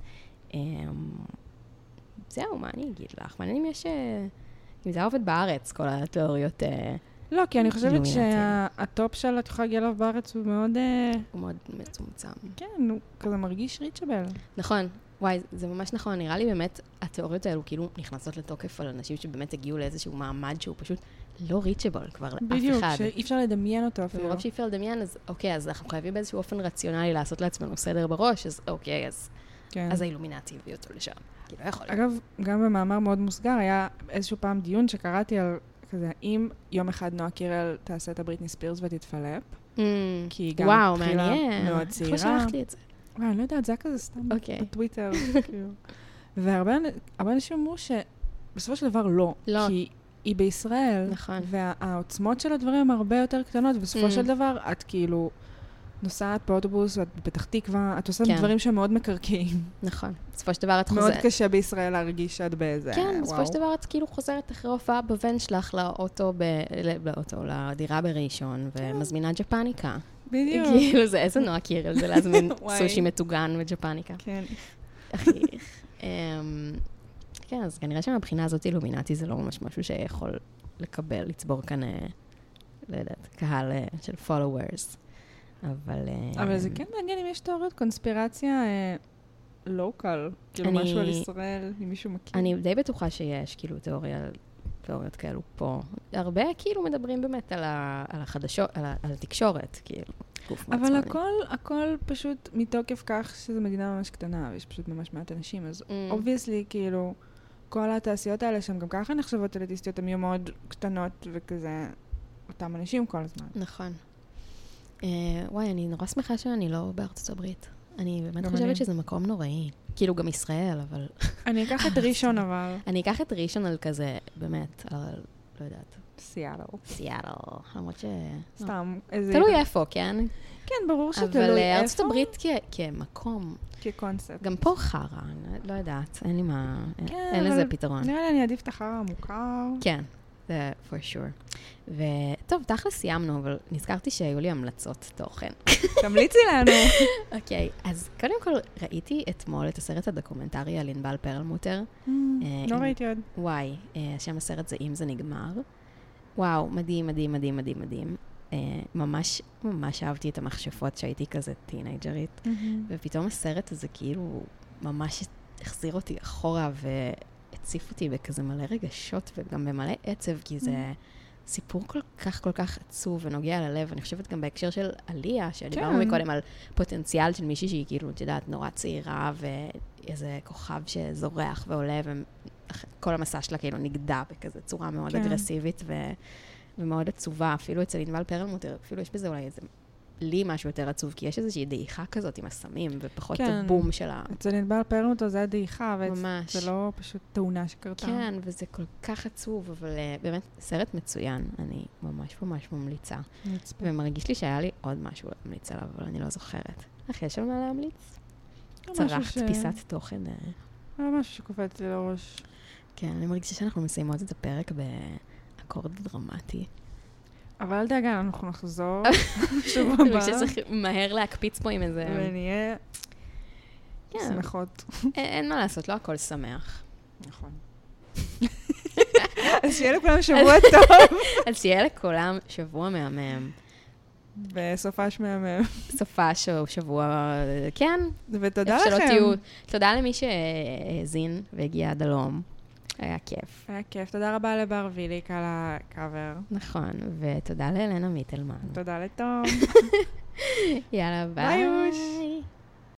Speaker 1: זהו, מה אני אגיד לך? מעניין אם יש... אם זה עובד בארץ, כל התיאוריות...
Speaker 2: לא, כי אני חושבת שהטופ שלה, את יכולה להגיע אליו בארץ, הוא מאוד...
Speaker 1: הוא מאוד מצומצם.
Speaker 2: כן, הוא כזה מרגיש ריצ'בל.
Speaker 1: נכון. וואי, זה ממש נכון. נראה לי באמת, התיאוריות האלו כאילו נכנסות לתוקף על אנשים שבאמת הגיעו לאיזשהו מעמד שהוא פשוט לא ריצ'בל כבר לאף אחד.
Speaker 2: בדיוק, שאי אפשר לדמיין אותו אפילו.
Speaker 1: ומרוב שאי אפשר לדמיין, אז אוקיי, אז אנחנו חייבים באיזשהו אופן רציונלי לעשות לעצמנו סדר בראש, אז אוקיי, אז... אז האילומינטי הביא אותו לשם. כי לא יכול.
Speaker 2: אגב, גם במאמר מאוד מוסגר, היה איזשהו פעם דיון שקראתי על כזה, אם יום אחד נועה קירל תעשה את הבריטני ספירס ותתפלפ, כי היא גם התחילה מאוד צעירה.
Speaker 1: איך שלחת לי את זה?
Speaker 2: וואי, אני לא יודעת, זה היה כזה סתם בטוויטר. והרבה אנשים אמרו שבסופו של דבר לא.
Speaker 1: לא.
Speaker 2: כי היא בישראל, והעוצמות של הדברים הן הרבה יותר קטנות, ובסופו של דבר את כאילו... נוסעת באוטובוס, ואת בפתח תקווה, את עושה דברים שהם מאוד מקרקעים.
Speaker 1: נכון. בסופו של דבר את חוזרת...
Speaker 2: מאוד קשה בישראל להרגיש שאת באיזה...
Speaker 1: כן, בסופו של דבר את כאילו חוזרת אחרי הופעה בבן שלך לאוטו, לאוטו, לדירה בראשון, ומזמינה ג'פניקה.
Speaker 2: בדיוק.
Speaker 1: כאילו זה איזה נועה קירל, זה להזמין סושי מטוגן וג'פניקה.
Speaker 2: כן.
Speaker 1: כן, אז כנראה שמבחינה הזאת אילומינטי זה לא ממש משהו שיכול לקבל, לצבור כאן, לא יודעת, קהל של followers. אבל...
Speaker 2: אבל זה כן מעניין אם יש תיאוריות קונספירציה לוקל, כאילו משהו על ישראל, אם מישהו מכיר.
Speaker 1: אני די בטוחה שיש כאילו תיאוריות כאלו פה. הרבה כאילו מדברים באמת על החדשות, על התקשורת, כאילו.
Speaker 2: אבל הכל, הכל פשוט מתוקף כך שזו מדינה ממש קטנה, ויש פשוט ממש מעט אנשים, אז obviously כאילו, כל התעשיות האלה שהן גם ככה נחשבות אליטיסטיות, הן יהיו מאוד קטנות וכזה, אותם אנשים כל הזמן.
Speaker 1: נכון. וואי, אני נורא שמחה שאני לא בארצות הברית. אני באמת חושבת שזה מקום נוראי. כאילו גם ישראל, אבל...
Speaker 2: אני אקח את ראשון, אבל...
Speaker 1: אני אקח את ראשון על כזה, באמת, על, לא יודעת.
Speaker 2: סיאטל.
Speaker 1: סיאטל, למרות ש...
Speaker 2: סתם, איזה...
Speaker 1: תלוי איפה, כן?
Speaker 2: כן, ברור שתלוי איפה.
Speaker 1: אבל ארצות הברית כמקום.
Speaker 2: כקונספט.
Speaker 1: גם פה חרה, אני לא יודעת, אין לי מה... אין לזה פתרון.
Speaker 2: נראה לי אני עדיף את החרה המוכר.
Speaker 1: כן. זה for sure. וטוב, תכל'ס סיימנו, אבל נזכרתי שהיו לי המלצות תוכן.
Speaker 2: תמליצי לנו.
Speaker 1: אוקיי, אז קודם כל ראיתי אתמול את הסרט הדוקומנטרי על ענבל פרלמוטר.
Speaker 2: לא ראיתי עוד.
Speaker 1: וואי, השם הסרט זה אם זה נגמר. וואו, מדהים, מדהים, מדהים, מדהים, מדהים. ממש, ממש אהבתי את המכשפות שהייתי כזה טינג'רית. ופתאום הסרט הזה כאילו ממש החזיר אותי אחורה והציף אותי בכזה מלא רגשות וגם במלא עצב, כי זה סיפור כל כך כל כך עצוב ונוגע ללב. אני חושבת גם בהקשר של עליה, שדיברנו מקודם על פוטנציאל של מישהי שהיא כאילו, את יודעת, נורא צעירה ואיזה כוכב שזורח ועולה, וכל המסע שלה כאילו נגדע בכזה צורה מאוד אגרסיבית ומאוד עצובה. אפילו אצל ענבל פרלמוטר, אפילו יש בזה אולי איזה לי משהו יותר עצוב, כי יש איזושהי דעיכה כזאת עם הסמים, ופחות כן. הבום שלה.
Speaker 2: אצל ענבל פרלמוטר זה היה דעיכה, וזה לא פשוט תאונה שקרתה.
Speaker 1: כן, וזה כל כך עצוב, אבל uh, באמת סרט מצוין. אני ממש ממש ממליצה. נצפה. ומרגיש לי שהיה לי עוד משהו להמליץ עליו, אבל אני לא זוכרת. איך יש על מה להמליץ? צרחת ש... פיסת תוכן.
Speaker 2: היה משהו שקופץ לי לראש.
Speaker 1: כן, אני מרגישה שאנחנו מסיימות את הפרק באקורד דרמטי.
Speaker 2: אבל אל דאגה, אנחנו נחזור שבוע הבא.
Speaker 1: אני חושבת שצריך מהר להקפיץ פה עם איזה...
Speaker 2: ונהיה שמחות.
Speaker 1: אין מה לעשות, לא הכל שמח.
Speaker 2: נכון. אז שיהיה לכולם שבוע טוב.
Speaker 1: אז שיהיה לכולם שבוע מהמם.
Speaker 2: בסופש מהמם.
Speaker 1: סופש או שבוע, כן.
Speaker 2: ותודה לכם.
Speaker 1: תודה למי שהאזין והגיע עד הלום. היה כיף.
Speaker 2: היה כיף. תודה רבה לבר ויליק על הקאבר.
Speaker 1: נכון, ותודה לאלנה מיטלמן.
Speaker 2: תודה לתום.
Speaker 1: יאללה, ביי.
Speaker 2: ביי.